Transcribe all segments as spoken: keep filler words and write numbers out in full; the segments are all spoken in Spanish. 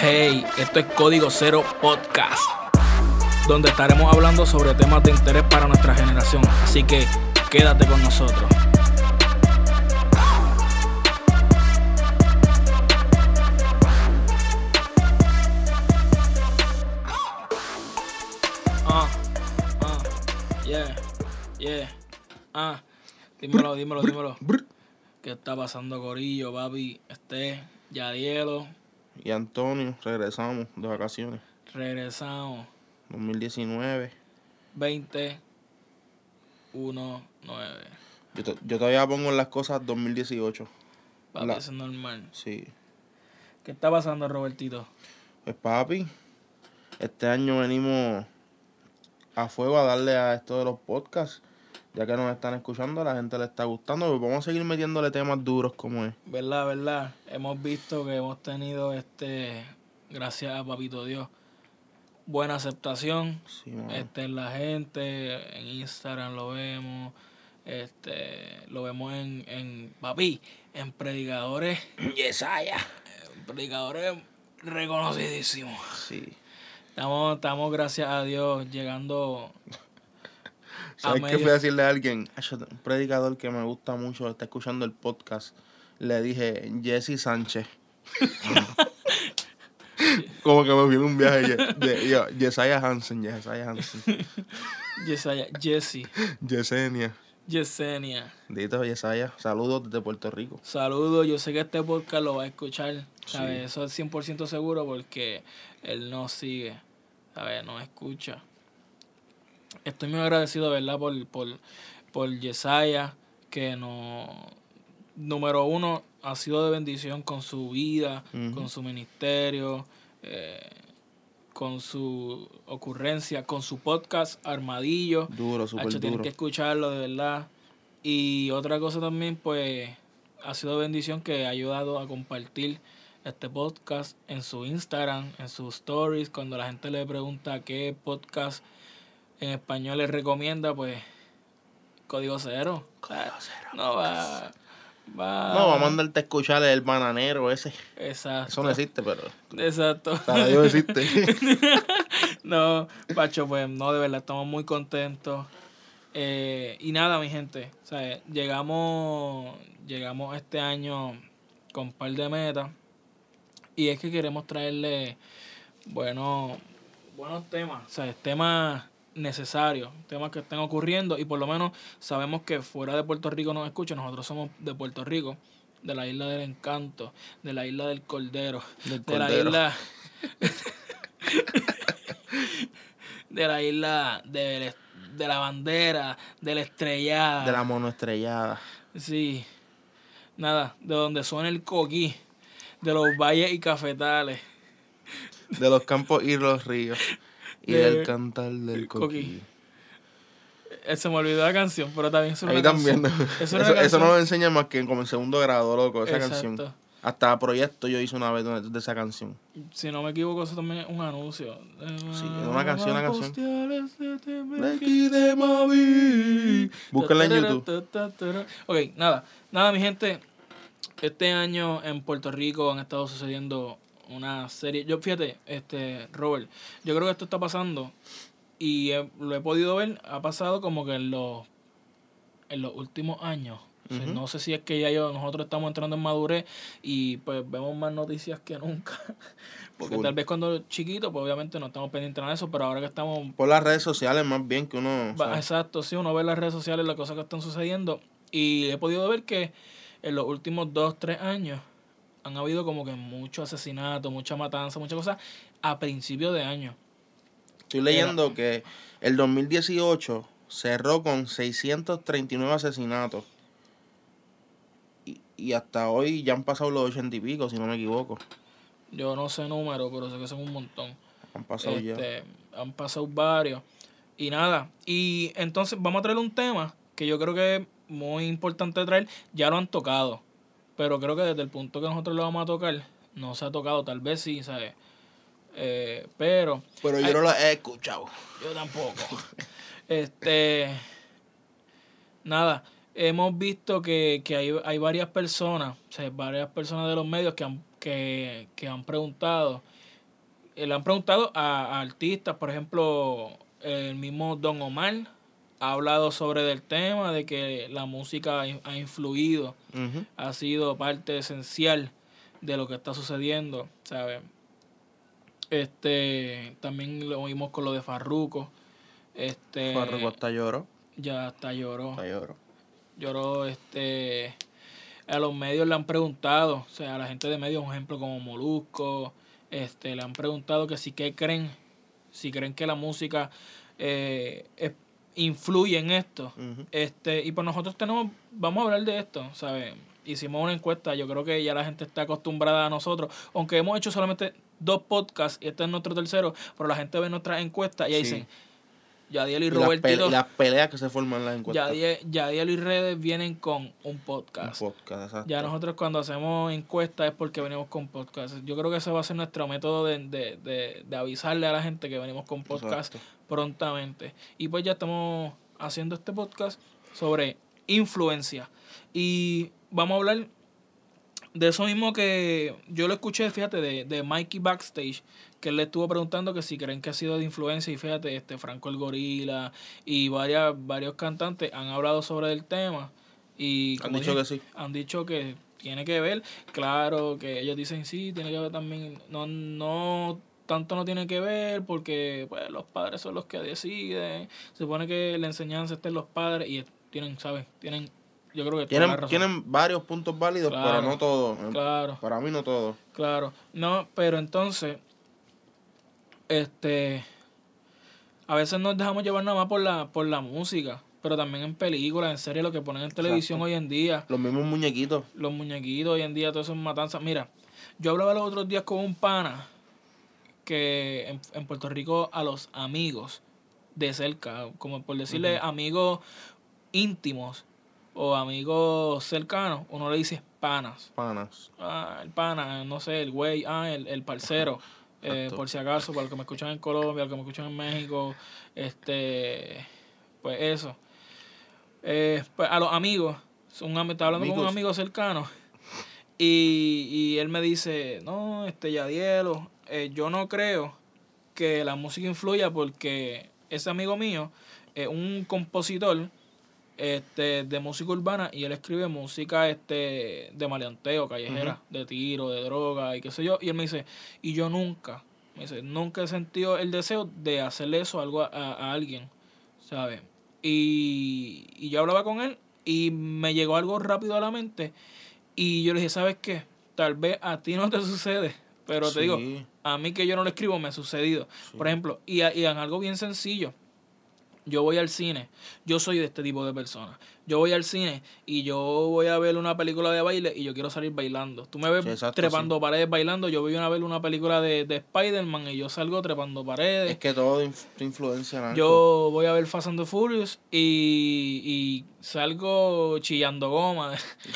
Hey, esto es Código Cero Podcast, donde estaremos hablando sobre temas de interés para nuestra generación. Así que quédate con nosotros. Ah, ah, yeah, yeah, ah. Dímelo, dímelo, dímelo. ¿Qué está pasando, corillo, papi? Este, Yadielo. Y Antonio, regresamos de vacaciones. Regresamos. dos mil diecinueve. veinte diecinueve. Yo, to- yo todavía pongo en las cosas dos mil dieciocho. Papi, La- eso es normal. Sí. ¿Qué está pasando, Robertito? Pues papi, este año venimos a fuego a darle a esto de los podcasts. Ya que nos están escuchando, a la gente le está gustando. Pues vamos a seguir metiéndole temas duros como es. ¿Verdad, verdad? Hemos visto que hemos tenido, este, gracias a Papito Dios, buena aceptación. Sí, mano. Este, en la gente, en Instagram lo vemos, este, lo vemos en, en papi, en predicadores, Yesaya. en predicadores reconocidísimos. Sí. Estamos, estamos, gracias a Dios, llegando a ¿Sabes qué medio... fui a decirle a alguien? Ay, yo- Un predicador que me gusta mucho, está escuchando el podcast. Le dije, Jesse Sánchez. Como que me viene un viaje de, de yo, Yesaya Hansen, Yesaya Hansen. Yesaya, Jesse, Yesenia. Yesenia. Dito Yesaya, saludos desde Puerto Rico. Saludos, yo sé que este podcast lo va a escuchar, ¿sabes? Sí. Eso es cien por ciento seguro porque él nos sigue, ¿sabes? Nos escucha. Estoy muy agradecido, ¿verdad? Por, por, por Yesaya, que no, número uno, ha sido de bendición con su vida, Ujú. con su ministerio, eh, con su ocurrencia, con su podcast Armadillo. Duro, súper Hacho, tienen duro. que escucharlo, de verdad. Y otra cosa también, pues, ha sido bendición que ha ayudado a compartir este podcast en su Instagram, en sus stories. Cuando la gente le pregunta qué podcast en español les recomienda, pues, Código Cero. Código Cero. No va... va No, va a mandarte a escuchar el bananero ese. Exacto. Eso no existe, pero Exacto. para Dios existe. No, Pacho, pues no, de verdad, estamos muy contentos. Eh, y nada, mi gente, o sea, llegamos, llegamos este año con un par de metas. Y es que queremos traerle bueno, buenos temas, o sea, temas necesarios, temas que estén ocurriendo. Y por lo menos sabemos que fuera de Puerto Rico nos escuchan. Nosotros somos de Puerto Rico, de la isla del encanto, de la isla del cordero, Del de la cordero. isla... de la isla de, de la bandera, de la estrellada. De la monoestrellada. Sí. Nada, de donde suena el coquí, de los valles y cafetales. De los campos y los ríos. Y De- del cantar del coquí. coquí. Eh, Se me olvidó la canción, pero también es una Ahí también. canción. Eso, Es una eso canción. no lo enseña más que como en segundo grado, loco, esa Exacto. canción. Hasta proyecto yo hice una vez de, de esa canción. Si no me equivoco, eso también es un anuncio. Sí, es una canción, una canción. Postales de Temecula. Aquí de Mavi. Búsquenla en YouTube. Ok, nada. Nada, mi gente. Este año en Puerto Rico han estado sucediendo una serie. Yo, fíjate, este, Robert, yo creo que esto está pasando y he- lo he podido ver. Ha pasado como que en los, en los últimos años. O sea, Ujú. no sé si es que ya yo, nosotros estamos entrando en madurez y pues vemos más noticias que nunca. Porque Full. tal vez cuando chiquitos, pues obviamente no estamos pendientes de eso, pero ahora que estamos... Por las redes sociales más bien que uno... va- ¿sabes? Exacto, sí, uno ve en las redes sociales las cosas que están sucediendo y he podido ver que en los últimos dos, tres años han habido como que muchos asesinatos, mucha matanza, muchas cosas a principios de año. Estoy leyendo que el dos mil dieciocho cerró con seiscientos treinta y nueve asesinatos. Y, y hasta hoy ya han pasado los ochenta y pico, si no me equivoco. Yo no sé número, pero sé que son un montón. Han pasado ya. Este, han pasado varios. Y nada. Y entonces vamos a traer un tema que yo creo que es muy importante traer. Ya lo han tocado. Pero creo que desde el punto que nosotros lo vamos a tocar, no se ha tocado. Tal vez sí, ¿sabes? Eh, pero Pero yo Ay. no lo he escuchado. yo tampoco. Este. Nada. Hemos visto que, que hay, hay varias personas, o sea, varias personas de los medios que han, que, que han preguntado eh, le han preguntado a, a artistas, por ejemplo, el mismo Don Omar ha hablado sobre el tema de que la música ha influido, uh-huh. ha sido parte esencial de lo que está sucediendo, ¿sabes? Este, también lo vimos con lo de Farruko. Este, Farruko hasta lloró. Ya hasta lloró. Hasta lloró. Lloró, este, a los medios le han preguntado, o sea, a la gente de medios, un ejemplo como Molusco, este, le han preguntado que si qué creen, si creen que la música eh, es, influye en esto. Uh-huh. Este, y pues nosotros tenemos, vamos a hablar de esto, ¿sabes? Hicimos una encuesta, yo creo que ya la gente está acostumbrada a nosotros, aunque hemos hecho solamente dos podcasts y este es nuestro tercero, pero la gente ve nuestras encuestas y ahí sí. dicen, Yadiel y, y Robertito. Y las peleas que se forman en las encuestas. Yadiel, Yadiel y Redes vienen con un podcast. Un podcast, exacto. Ya nosotros cuando hacemos encuestas es porque venimos con podcast. Yo creo que ese va a ser nuestro método de, de, de, de avisarle a la gente que venimos con podcast exacto. prontamente. Y pues ya estamos haciendo este podcast sobre influencia. Y vamos a hablar de eso mismo que yo lo escuché, fíjate, de, de Mikey Backstage, que él le estuvo preguntando que si creen que ha sido de influencia, y fíjate, este Franco el Gorila y varias, varios cantantes han hablado sobre el tema y han dicho dije, que sí. Han dicho que tiene que ver, claro, que ellos dicen sí, tiene que ver también, no, no tanto no tiene que ver porque pues los padres son los que deciden, se supone que la enseñanza está en los padres y tienen, ¿sabes? Tienen Yo creo que tienen, tienen varios puntos válidos, claro, pero no todos. Claro. Para mí no todos. Claro. No, pero entonces, este, a veces nos dejamos llevar nada más por la, por la música, pero también en películas, en series, lo que ponen en televisión Exacto. hoy en día. Los mismos muñequitos. Los muñequitos hoy en día, todas esas matanzas. Mira, yo hablaba los otros días con un pana que en, en Puerto Rico a los amigos de cerca, como por decirle uh-huh. amigos íntimos, o amigos cercanos, uno le dice panas. Panas. Ah, el pana, no sé, el güey, ah, el, el parcero. eh, por si acaso, para los que me escuchan en Colombia, los que me escuchan en México, este, pues eso. Eh, pues a los amigos, un, estaba hablando amigos. con un amigo cercano, y, y él me dice, no, este, Yadielo, eh, yo no creo que la música influya porque ese amigo mío es un compositor este de música urbana y él escribe música este de maleanteo, callejera, uh-huh. de tiro, de droga y qué sé yo, y él me dice, y yo nunca, me dice, nunca he sentido el deseo de hacerle eso algo a, a, a alguien, ¿sabes? Y, y yo hablaba con él y me llegó algo rápido a la mente y yo le dije, ¿sabes qué? Tal vez a ti no te sucede, pero sí. te digo, a mí que yo no lo escribo me ha sucedido. Sí. Por ejemplo, y, y en algo bien sencillo, yo voy al cine, yo soy de este tipo de personas. Yo voy al cine y yo voy a ver una película de baile y yo quiero salir bailando. Tú me ves sí, exacto, trepando sí. paredes bailando, yo voy a ver una película de, de Spider-Man y yo salgo trepando paredes. Es que todo inf- influencia en algo. Yo voy a ver Fast and the Furious y, y salgo chillando goma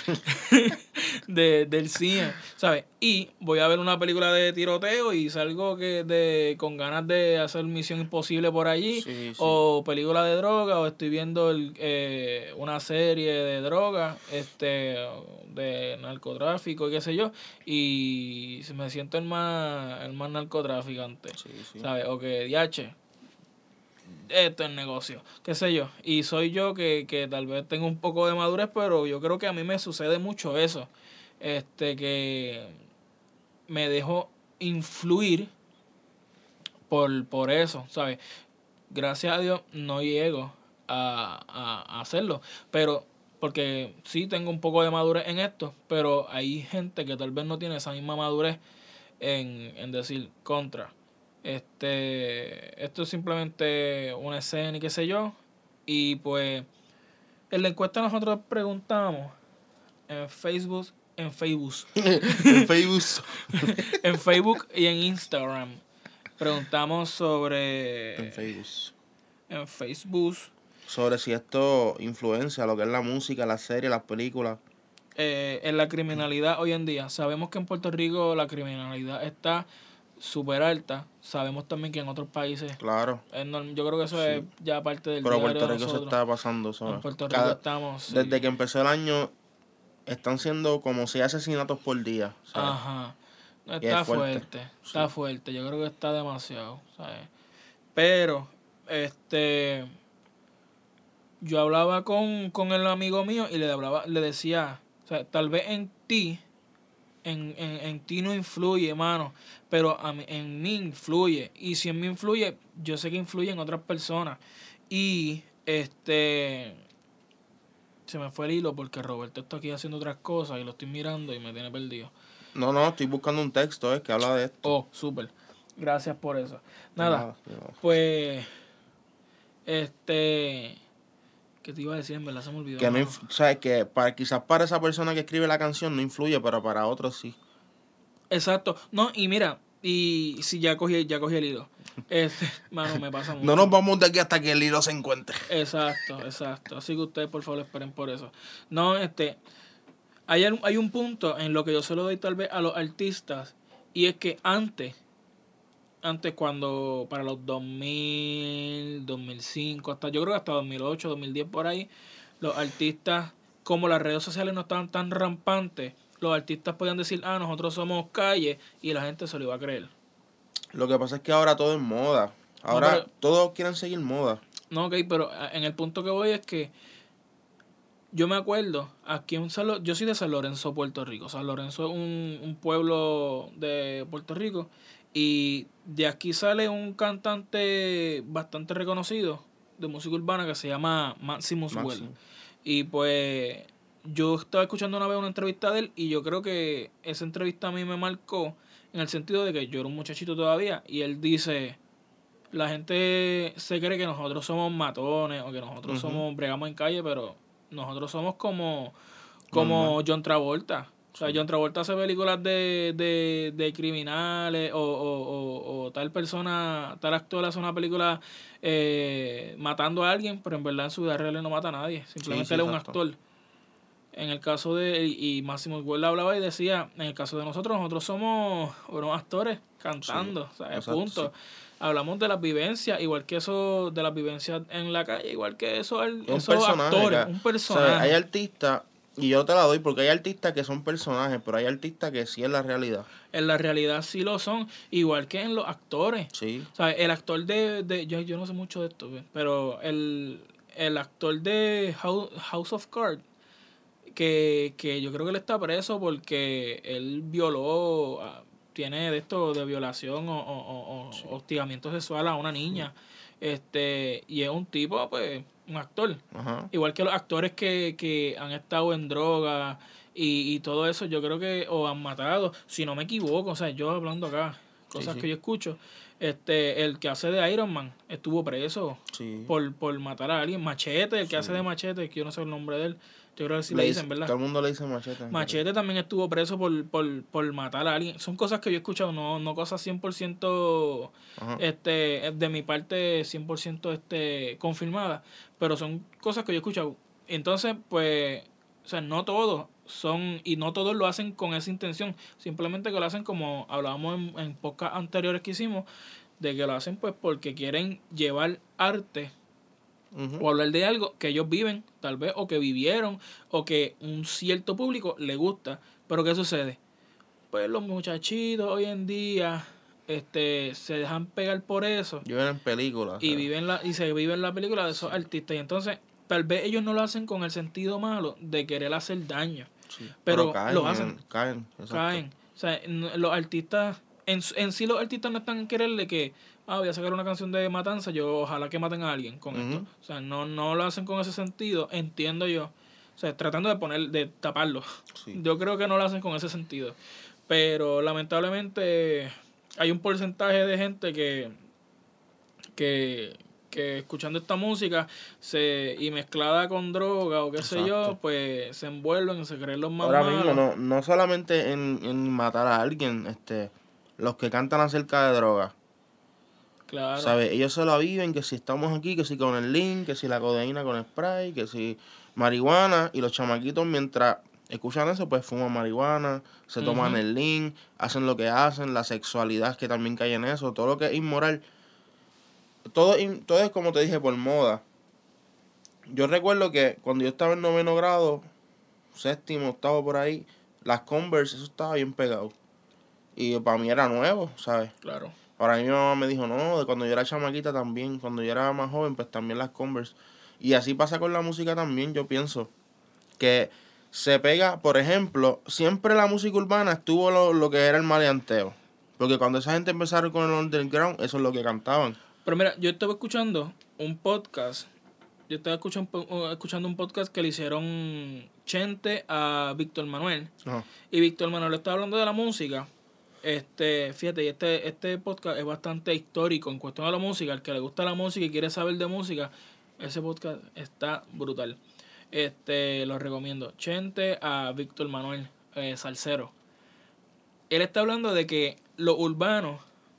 de, del cine, ¿sabes? Y voy a ver una película de tiroteo y salgo que de con ganas de hacer Misión Imposible por allí, sí, sí. o película de droga, o estoy viendo el, eh, una serie de droga, este, de narcotráfico y qué sé yo, y me siento el más, el más narcotraficante, sí, sí. ¿sabes? O que, diache, esto es negocio, qué sé yo, y soy yo que, que tal vez tengo un poco de madurez, pero yo creo que a mí me sucede mucho eso, este, que me dejo influir por, por eso, ¿sabes? Gracias a Dios no llego a, a, a hacerlo, pero porque sí tengo un poco de madurez en esto, pero hay gente que tal vez no tiene esa misma madurez en, en decir contra. Este, esto es simplemente una escena y qué sé yo, y pues en la encuesta nosotros preguntamos en Facebook, en Facebook, en Facebook, en Facebook y en Instagram. Preguntamos sobre en Facebook, en Facebook sobre si esto influencia lo que es la música, las series, las películas. Eh, en la criminalidad hoy en día. Sabemos que en Puerto Rico la criminalidad está súper alta. Sabemos también que en otros países. Claro. Es norm- yo creo que eso sí. es ya parte del Pero diario Puerto de Rico nosotros. se está pasando. ¿Sabes? En Puerto Rico Cada, estamos. Desde sí. que empezó el año, están siendo como seis asesinatos por día. ¿Sabes? Ajá. Está es fuerte. fuerte, está Sí. fuerte. Yo creo que está demasiado, ¿sabes? Pero, este, yo hablaba con, con el amigo mío y le hablaba, le decía, o sea, tal vez en ti, en, en, en ti no influye, hermano, pero a mí, en mí influye. Y si en mí influye, yo sé que influye en otras personas. Y, este, se me fue el hilo porque Roberto está aquí haciendo otras cosas y lo estoy mirando y me tiene perdido. No, no, estoy buscando un texto eh, que habla de esto. Oh, súper. Gracias por eso. De Nada, nada, de nada. pues, este, ¿qué te iba a decir? En verdad se me olvidó. Que no, mano. inf- sabes que para quizás para esa persona que escribe la canción no influye, pero para otros sí. Exacto. No, y mira, y si ya cogí, ya cogí el hilo. Este, mano, me pasa mucho. No nos vamos de aquí hasta que el hilo se encuentre. Exacto, exacto. Así que ustedes, por favor, esperen por eso. No, este, hay, al- hay un punto en lo que yo se lo doy tal vez a los artistas, y es que antes, antes cuando, para los dos mil, dos mil cinco, hasta yo creo que hasta dos mil ocho, dos mil diez por ahí, los artistas, como las redes sociales no estaban tan rampantes, los artistas podían decir, ah, nosotros somos calle, y la gente se lo iba a creer. Lo que pasa es que ahora todo es moda. Ahora No, pero- todos quieren seguir moda. No, ok, pero ah, en el punto que voy es que yo me acuerdo, aquí en San Lo- yo soy de San Lorenzo, Puerto Rico. San Lorenzo es un, un pueblo de Puerto Rico, y de aquí sale un cantante bastante reconocido de música urbana que se llama Maximus Well. Máximo. Y pues yo estaba escuchando una vez una entrevista de él, y yo creo que esa entrevista a mí me marcó en el sentido de que yo era un muchachito todavía, y él dice, la gente se cree que nosotros somos matones o que nosotros Ujú. somos bregamos en calle, pero nosotros somos como, como Normal. John Travolta. O sea, Sí. John Travolta hace películas de, de, de criminales, o, o, o, o tal persona, tal actor hace una película eh, matando a alguien, pero en verdad en su vida real él no mata a nadie. Simplemente Sí, sí, él es un exacto. actor. En el caso de, y Máximo Igual hablaba y decía, en el caso de nosotros, nosotros somos unos actores cantando, Sí, ¿sabes? exacto, Punto. sí. Hablamos de las vivencias, igual que eso, de las vivencias en la calle, igual que eso, el- Es un esos personaje. actores, que- un ¿sabes? personaje. Hay artistas, y yo te la doy porque hay artistas que son personajes, pero hay artistas que sí es la realidad. En la realidad sí lo son, igual que en los actores. Sí. ¿Sabes? El actor de, de yo, yo no sé mucho de esto, pero el, el actor de House, House of Cards, que, que yo creo que él está preso porque él violó, ah, tiene de esto de violación o, o, o- o Sí. hostigamiento sexual a una niña. Este, y es un tipo, pues, un actor. Ajá. Igual que los actores que, que han estado en droga y, y todo eso, yo creo que, o han matado, si no me equivoco, o sea, yo hablando acá, cosas Sí, sí. que yo escucho, este, el que hace de Iron Man estuvo preso Sí. por, por matar a alguien. Machete, el que Sí. hace de Machete, que yo no sé el nombre de él, yo creo que sí Le le dice- dicen, ¿verdad? Todo el mundo le dice machete. Machete también estuvo preso por, por, por matar a alguien. Son cosas que yo he escuchado, no, no cosas cien por ciento Ajá. este, de mi parte cien por ciento este, confirmadas, pero son cosas que yo he escuchado. Entonces, pues, o sea, no todos son, y no todos lo hacen con esa intención, simplemente que lo hacen como hablábamos en, en podcasts anteriores que hicimos, de que lo hacen pues porque quieren llevar arte Ujú. o hablar de algo que ellos viven, tal vez, o que vivieron, o que un cierto público le gusta. Pero ¿qué sucede? Pues los muchachitos hoy en día este se dejan pegar por eso Viven en películas. y ¿sabes? viven la y se viven la película de esos Sí. artistas, y entonces tal vez ellos no lo hacen con el sentido malo de querer hacer daño, Sí. pero caen, lo en- hacen. Caen. Exacto. caen. O sea, n- los artistas, en, s- en sí los artistas no están en quererle que, ah, voy a sacar una canción de matanza, yo ojalá que maten a alguien con esto. Ujú. O sea, no, no lo hacen con ese sentido, entiendo yo. O sea, tratando de poner, de taparlo. Sí. Yo creo que no lo hacen con ese sentido. Pero lamentablemente hay un porcentaje de gente que, que, que escuchando esta música se y mezclada con droga o qué sé yo, Exacto. pues se envuelven y se creen los más Ahora malos. mismo, no, no solamente en, en matar a alguien, este, los que cantan acerca de drogas, Claro. ¿sabes? Ellos se la viven, que si estamos aquí, que si con el link, que si la codeína con spray, que si marihuana, y los chamaquitos mientras escuchan eso, pues fuman marihuana, se toman Ujú. el link, hacen lo que hacen, la sexualidad que también cae en eso, todo lo que es inmoral, todo, in- todo es como te dije, por moda. Yo recuerdo que cuando yo estaba en noveno grado, séptimo, octavo por ahí, las Converse, eso estaba bien pegado. Y para mí era nuevo, ¿sabes? Claro. Ahora mi mamá me dijo, no, de cuando yo era chamaquita también, cuando yo era más joven, pues también las Converse. Y así pasa con la música también, yo pienso. Que se pega, por ejemplo, siempre la música urbana estuvo lo, lo que era el maleanteo. Porque cuando esa gente empezaron con el underground, eso es lo que cantaban. Pero mira, yo estaba escuchando un podcast. Yo estaba escuchando, escuchando un podcast que le hicieron Chente a Víctor Manuel. Ajá. Y Víctor Manuel estaba hablando de la música. Este, fíjate, este, este podcast es bastante histórico en cuestión de la música. El que le gusta la música y quiere saber de música, ese podcast está brutal. Este, lo recomiendo. Chente a Víctor Manuel, eh, salsero. Él está hablando de que lo urbano,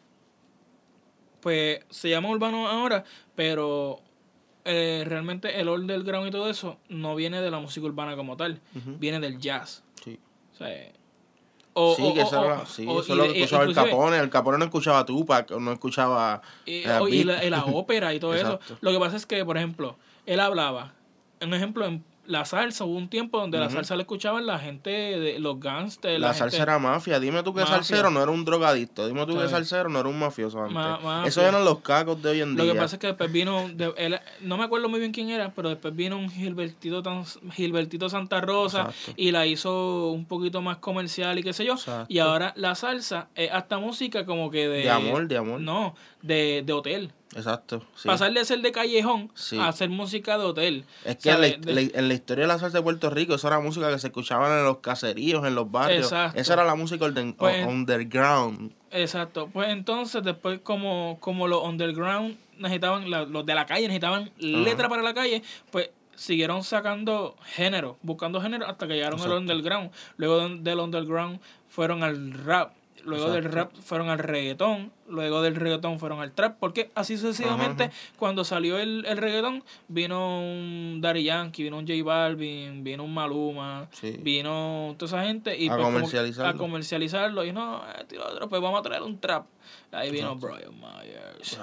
pues se llama urbano ahora, pero eh, realmente el underground y todo eso no viene de la música urbana como tal, Uh-huh. viene del jazz. Sí. O sea, o, sí, o, que o, eso, o, era, sí, o, eso y es lo de- que escuchaba el inclusive- Capone. El Capone no escuchaba Tupac, no escuchaba... y, eh, o- y beat. la, y la ópera y todo eso. Exacto. Lo que pasa es que, por ejemplo, él hablaba, un ejemplo, en la salsa, hubo un tiempo donde la Ujú. salsa la escuchaban la gente, de los gangsters, La la, salsa gente... era mafia. Dime tú que Mafia. salsero no era un drogadicto. Dime tú que ¿Sabes? salsero no era un mafioso antes. Ma- mafia. Esos eran los cacos de hoy en Lo día. que pasa es que después vino, de- él- no me acuerdo muy bien quién era, pero después vino un Gilbertito, tan, Gilbertito Santa Rosa Exacto. y la hizo un poquito más comercial y qué sé yo. Exacto. Y ahora la salsa es hasta música como que de... De amor, de amor. No, de, de hotel. Exacto. Sí. Pasar de ser de callejón Sí. a hacer música de hotel. Es que en la, ¿Sabes? De- la- en la historia de la salsa de Puerto Rico, eso era música que se escuchaban en los caseríos, en los barrios. Exacto. Esa era la música orden- Pues- underground. Exacto. Pues entonces después como, como los underground necesitaban, la- los de la calle necesitaban letra para la calle, pues siguieron sacando género, buscando género hasta que llegaron al Exacto. underground. Luego de- del underground fueron al rap. Luego del rap Exacto. fueron al reggaetón, luego del reggaetón fueron al trap, porque así sucesivamente, Ajá, cuando salió el, el reggaetón, vino un Daddy Yankee, vino un J Balvin, vino un Maluma, Sí. vino toda esa gente y A pues como- comercializarlo. a comercializarlo, y no, este y lo otro, pues vamos a traer un trap. Ahí vino Exacto. Brian Myers,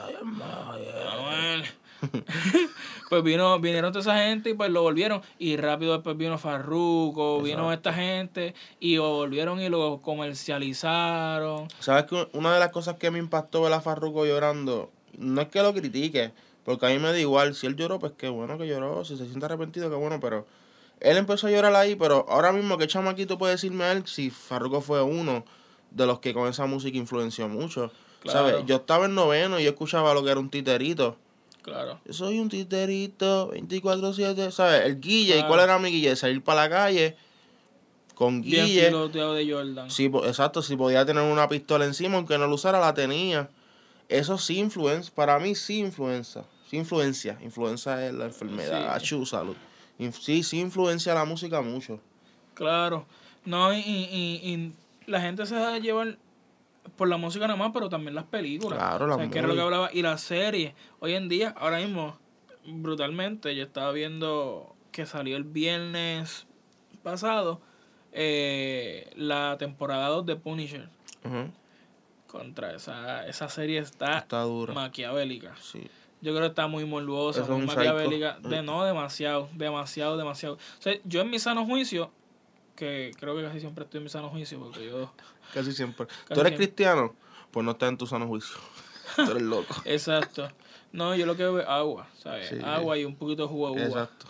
Manuel. Pues vino, vinieron toda esa gente y pues lo volvieron. Y rápido después vino Farruko, vino Exacto. esta gente y lo volvieron y lo comercializaron. ¿Sabes que una de las cosas que me impactó ver a Farruko llorando? No es que lo critique, porque a mí me da igual. Si él lloró, pues qué bueno que lloró. Si se siente arrepentido, qué bueno, pero... Él empezó a llorar ahí, pero ahora mismo, ¿qué chamaquito puede decirme a él si Farruko fue uno de los que con esa música influenció mucho? Claro. ¿Sabes? Yo estaba en noveno y yo escuchaba lo que era un titerito. Claro. Yo soy un titerito, veinticuatro siete, ¿sabes? El Guille, ¿y Claro. cuál era mi Guille? Salir para la calle con Bien Guille. filoteado de Jordan. Sí, po- exacto, si podía tener una pistola encima, aunque no lo usara, la tenía. Eso sí influencia, para mí sí influencia. Sí influencia, influencia es la enfermedad, Sí. achú, salud. Inf- Sí, sí influencia la música mucho. Claro. No, y, y, y, y la gente se deja llevar por la música nada más, pero también las películas. Claro, O las sea, que era lo que movies. hablaba. Y las series. Hoy en día, ahora mismo, brutalmente, yo estaba viendo que salió el viernes pasado eh, la temporada dos de Punisher. Ujú. Contra esa, esa serie está, Está dura. maquiavélica. Sí. Yo creo que está muy morbosa, Eso es muy un maquiavélica. psycho. De, no, demasiado, demasiado, demasiado. O sea, yo en mi sano juicio, que creo que casi siempre estoy en mi sano juicio, porque yo... Casi siempre. Casi ¿Tú eres siempre. cristiano? Pues no estás en tu sano juicio. Tú eres loco. Exacto. No, yo lo que veo es agua, ¿sabes? Sí. Agua y un poquito de jugo de uva. Exacto.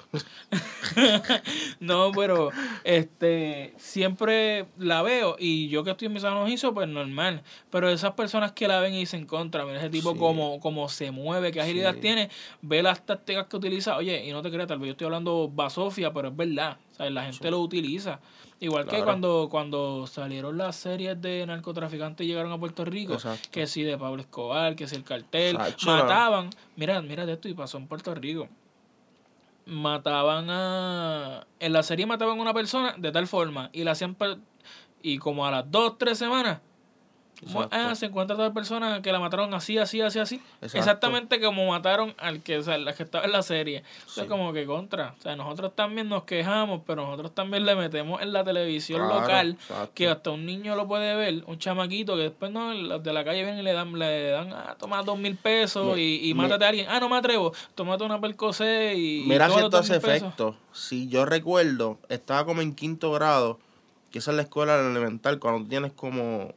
No, pero este siempre la veo y yo que estoy en mi sano juicio, pues normal. Pero esas personas que la ven y dicen contra, mira ese tipo Sí. como, como se mueve, qué agilidad Sí. tiene, ve las tácticas que utiliza. Oye, y no te creas, tal vez yo estoy hablando basofia, pero es verdad. ¿Sabes? La gente Sí. lo utiliza. Igual que Claro. cuando, cuando salieron las series de narcotraficantes y llegaron a Puerto Rico, Exacto. que si de Pablo Escobar, que si el cartel, Sacho, mataban. Mira, mira de esto y pasó en Puerto Rico. Mataban a... En la serie mataban a una persona de tal forma y la hacían... per- Y como a las dos, tres semanas, mu- Exacto. ah, se encuentra tal persona que la mataron así, así, así, así. Exacto. Exactamente como mataron al que, o sea, la que estaba en la serie. O sea, Sí. como que contra. O sea, nosotros también nos quejamos, pero nosotros también le metemos en la televisión Claro, local exacto. que hasta un niño lo puede ver, un chamaquito que después no, los de la calle vienen y le dan, le dan, ah, toma dos mil pesos Me- y, y me- mátate a alguien. Ah, no me atrevo, tómate una Percocet y, y Mira toma si los esto dos hace mil pesos. efecto. Si yo recuerdo, estaba como en quinto grado, que esa es la escuela elemental, cuando tienes como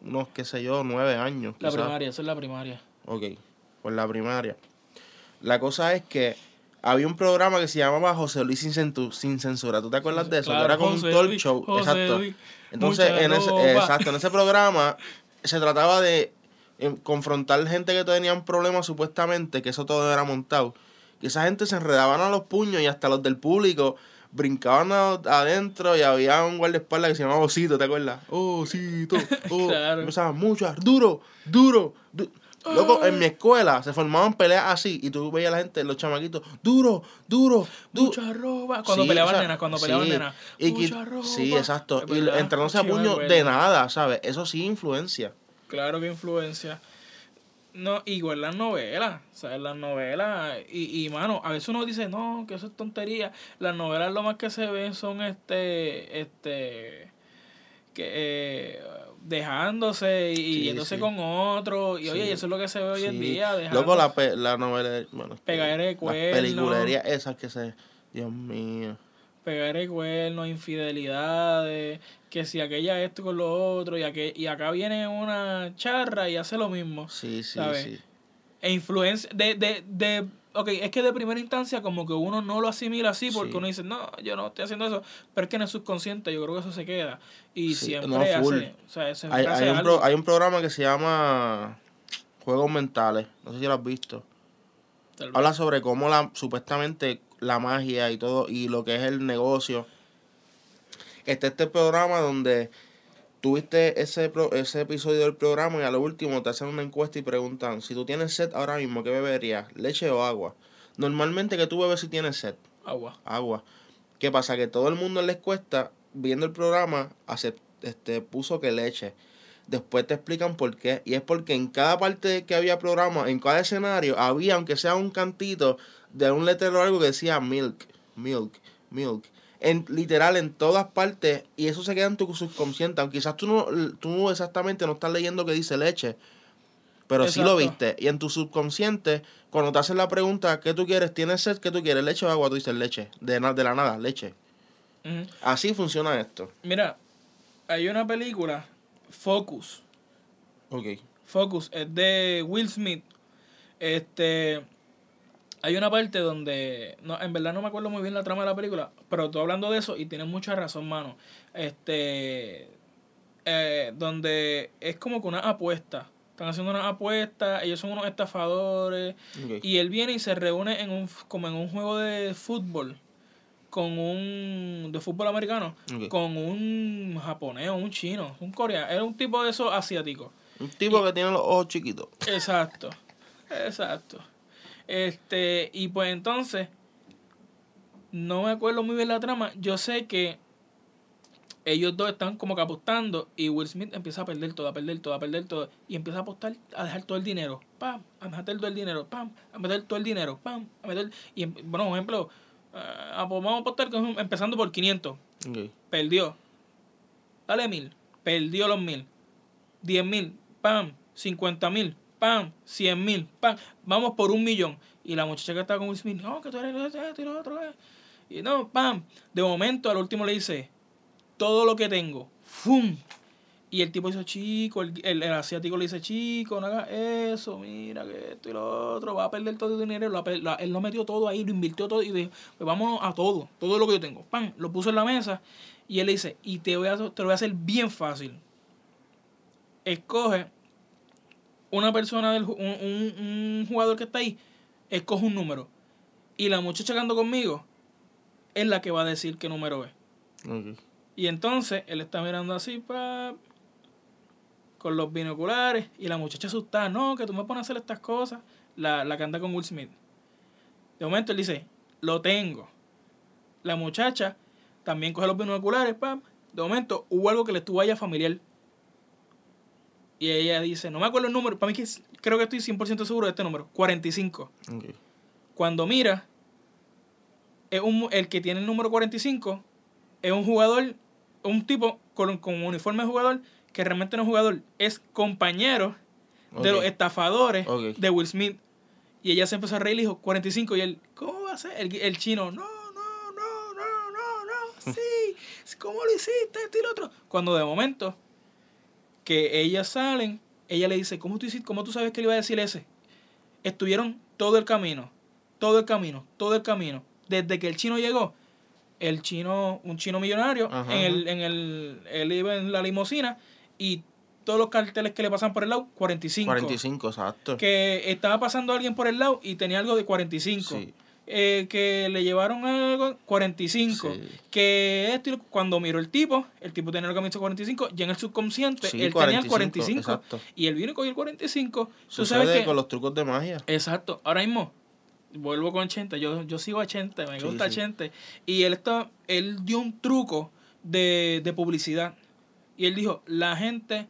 unos, qué sé yo, nueve años. La quizás. primaria, esa es la primaria. Ok, pues la primaria. La cosa es que había un programa que se llamaba José Luis sin, centu- sin censura. ¿Tú te acuerdas de eso? Claro, que era como José un talk Luis, show. José Exacto. Luis, Entonces, mucha en ese, ropa. exacto, en ese programa se trataba de eh, confrontar gente que tenían problemas supuestamente, que eso todo era montado. Y esa gente se enredaban a los puños y hasta los del público brincaban a- adentro y había un guardaespaldas que se llamaba Osito, ¿te acuerdas? Osito, oh. Claro. Empezaban muchas, duro, duro, du-". Loco, en mi escuela se formaban peleas así y tú veías a la gente, los chamaquitos, duro, duro, duro. Mucha ropa. Cuando Sí, peleaban o sea, nenas, cuando sí, peleaban nenas. y Mucha qui- ropa. Sí, exacto. Es Y verdad, entrándose a sí me puño acuerdo. de nada, ¿sabes? Eso sí influencia. Claro que influencia. No, igual las novelas, ¿sabes? Las novelas, y, y mano, a veces uno dice, no, que eso es tontería. Las novelas lo más que se ven son este, este, que eh, dejándose y Sí, yéndose sí. con otro. Y Sí, oye, eso es lo que se ve hoy en sí. día. Dejando, Loco, la, pe- la novela, bueno, es que Pegadera de las cuernos. peliculerías esas que se... Dios mío. pegar el cuerno, infidelidades, que si aquella esto con lo otro, y, aquel, y acá viene una charra y hace lo mismo, Sí, sí, ¿sabes? sí. E influencia, de, de, de, ok, es que de primera instancia como que uno no lo asimila así porque Sí. uno dice, no, yo no estoy haciendo eso, pero es que en el subconsciente yo creo que eso se queda, y Sí, siempre no, full. hace, o sea, siempre Hay, hace hay, un algo. pro- hay un programa que se llama Juegos Mentales. No sé si lo has visto. Tal vez. Habla sobre cómo la supuestamente la magia y todo y lo que es el negocio. Está este programa donde tuviste ese pro- ese episodio del programa y a lo último te hacen una encuesta y preguntan, si tú tienes sed ahora mismo, ¿qué beberías? ¿Leche o agua? Normalmente, ¿qué tú bebes si tienes sed? Agua. Agua. ¿Qué pasa? Que todo el mundo en la encuesta, viendo el programa, acep- este, puso que leche. Después te explican por qué. Y es porque en cada parte que había programa, en cada escenario, había, aunque sea un cantito, de un letrero o algo que decía milk, milk, milk. En, literal, en todas partes. Y eso se queda en tu subconsciente. Aunque quizás tú no, tú exactamente no estás leyendo que dice leche. Pero sí lo Exacto. viste. Y en tu subconsciente, cuando te hacen la pregunta, ¿qué tú quieres? ¿Tienes sed? ¿Qué tú quieres? ¿Leche o agua? Tú dices leche. De, na- de la nada, leche. Ujú. Así funciona esto. Mira, hay una película, Focus. Ok. Focus, es de Will Smith. Este, hay una parte donde, no, en verdad no me acuerdo muy bien la trama de la película, pero estoy hablando de eso y tienes mucha razón, mano. Este, eh, donde es como que una apuesta. Están haciendo una apuesta, ellos son unos estafadores Ok. y él viene y se reúne en un como en un juego de fútbol con un de fútbol americano Ok. con un japonés o un chino, un coreano, era un tipo de esos asiáticos. Un tipo Y- que tiene los ojos chiquitos. Exacto. Exacto. Este, y pues entonces, no me acuerdo muy bien la trama. Yo sé que ellos dos están como que apostando y Will Smith empieza a perder todo, a perder todo, a perder todo. Y empieza a apostar, a dejar todo el dinero. Pam, a meter todo el dinero. Pam, a meter todo el dinero. Pam, a meter... Y, em- bueno, por ejemplo, ah, pues vamos a apostar con- empezando por quinientos. Ok. Perdió. Dale mil. Perdió los mil. Diez mil. Pam. Cincuenta mil. Pam. Cien mil. Pam. Vamos por un millón. Y la muchacha que está con Will Smith, no, que tú eres esto y lo otro. eh". Y no, pam. De momento, al último le dice, todo lo que tengo. ¡Fum! Y el tipo dice, chico, el, el, el asiático le dice, chico, no hagas eso, mira que esto y lo otro, va a perder todo el dinero. Lo, lo, él lo metió todo ahí, lo invirtió todo y dijo, pues vámonos a todo, todo lo que yo tengo. ¡Pam! Lo puso en la mesa y él le dice, y te, voy a, te lo voy a hacer bien fácil. Escoge una persona, del, un, un, un jugador que está ahí, escoge un número. Y la muchacha que anda conmigo es la que va a decir qué número es. Ok. Y entonces él está mirando así, pa, con los binoculares, y la muchacha asustada, no, que tú me pones a hacer estas cosas, la, la que anda con Will Smith. De momento él dice, lo tengo. La muchacha también coge los binoculares, pam. De momento hubo algo que le estuvo a ella familiar. Y ella dice, no me acuerdo el número, para mí que es- creo que estoy cien por ciento seguro de este número, cuarenta y cinco. Ok. Cuando mira, es un, el que tiene el número cuarenta y cinco es un jugador, un tipo con, con uniforme de jugador, que realmente no es jugador, es compañero de Ok. los estafadores Ok. de Will Smith. Y ella se empezó a reír y dijo, cuarenta y cinco, y él, ¿cómo va a ser? El, el chino, no, no, no, no, no, no, sí, ¿cómo lo hiciste? Esto y lo otro. Cuando de momento que ellas salen, ella le dice, ¿cómo tú, hiciste, ¿cómo tú sabes que le iba a decir ese? Estuvieron todo el camino, todo el camino, todo el camino. Desde que el chino llegó, el chino, un chino millonario, Ajá, en el, en el, él iba en la limusina y todos los carteles que le pasan por el lado, cuarenta y cinco. cuarenta y cinco, exacto. Que estaba pasando alguien por el lado y tenía algo de cuarenta y cinco. Sí. Eh, que le llevaron algo, cuarenta y cinco. Sí. Que esto, cuando miró el tipo, el tipo tenía el camino cuarenta y cinco, ya en el subconsciente, sí, él cuarenta y cinco, tenía el cuarenta y cinco. Exacto. Y él vino y cogió el cuarenta y cinco. Sucede tú sabes que, con los trucos de magia. Exacto. Ahora mismo, vuelvo con Chente. Yo, yo sigo a Chente, me sí, gusta sí. Chente. Y él, está, él dio un truco de, de publicidad. Y él dijo, la gente,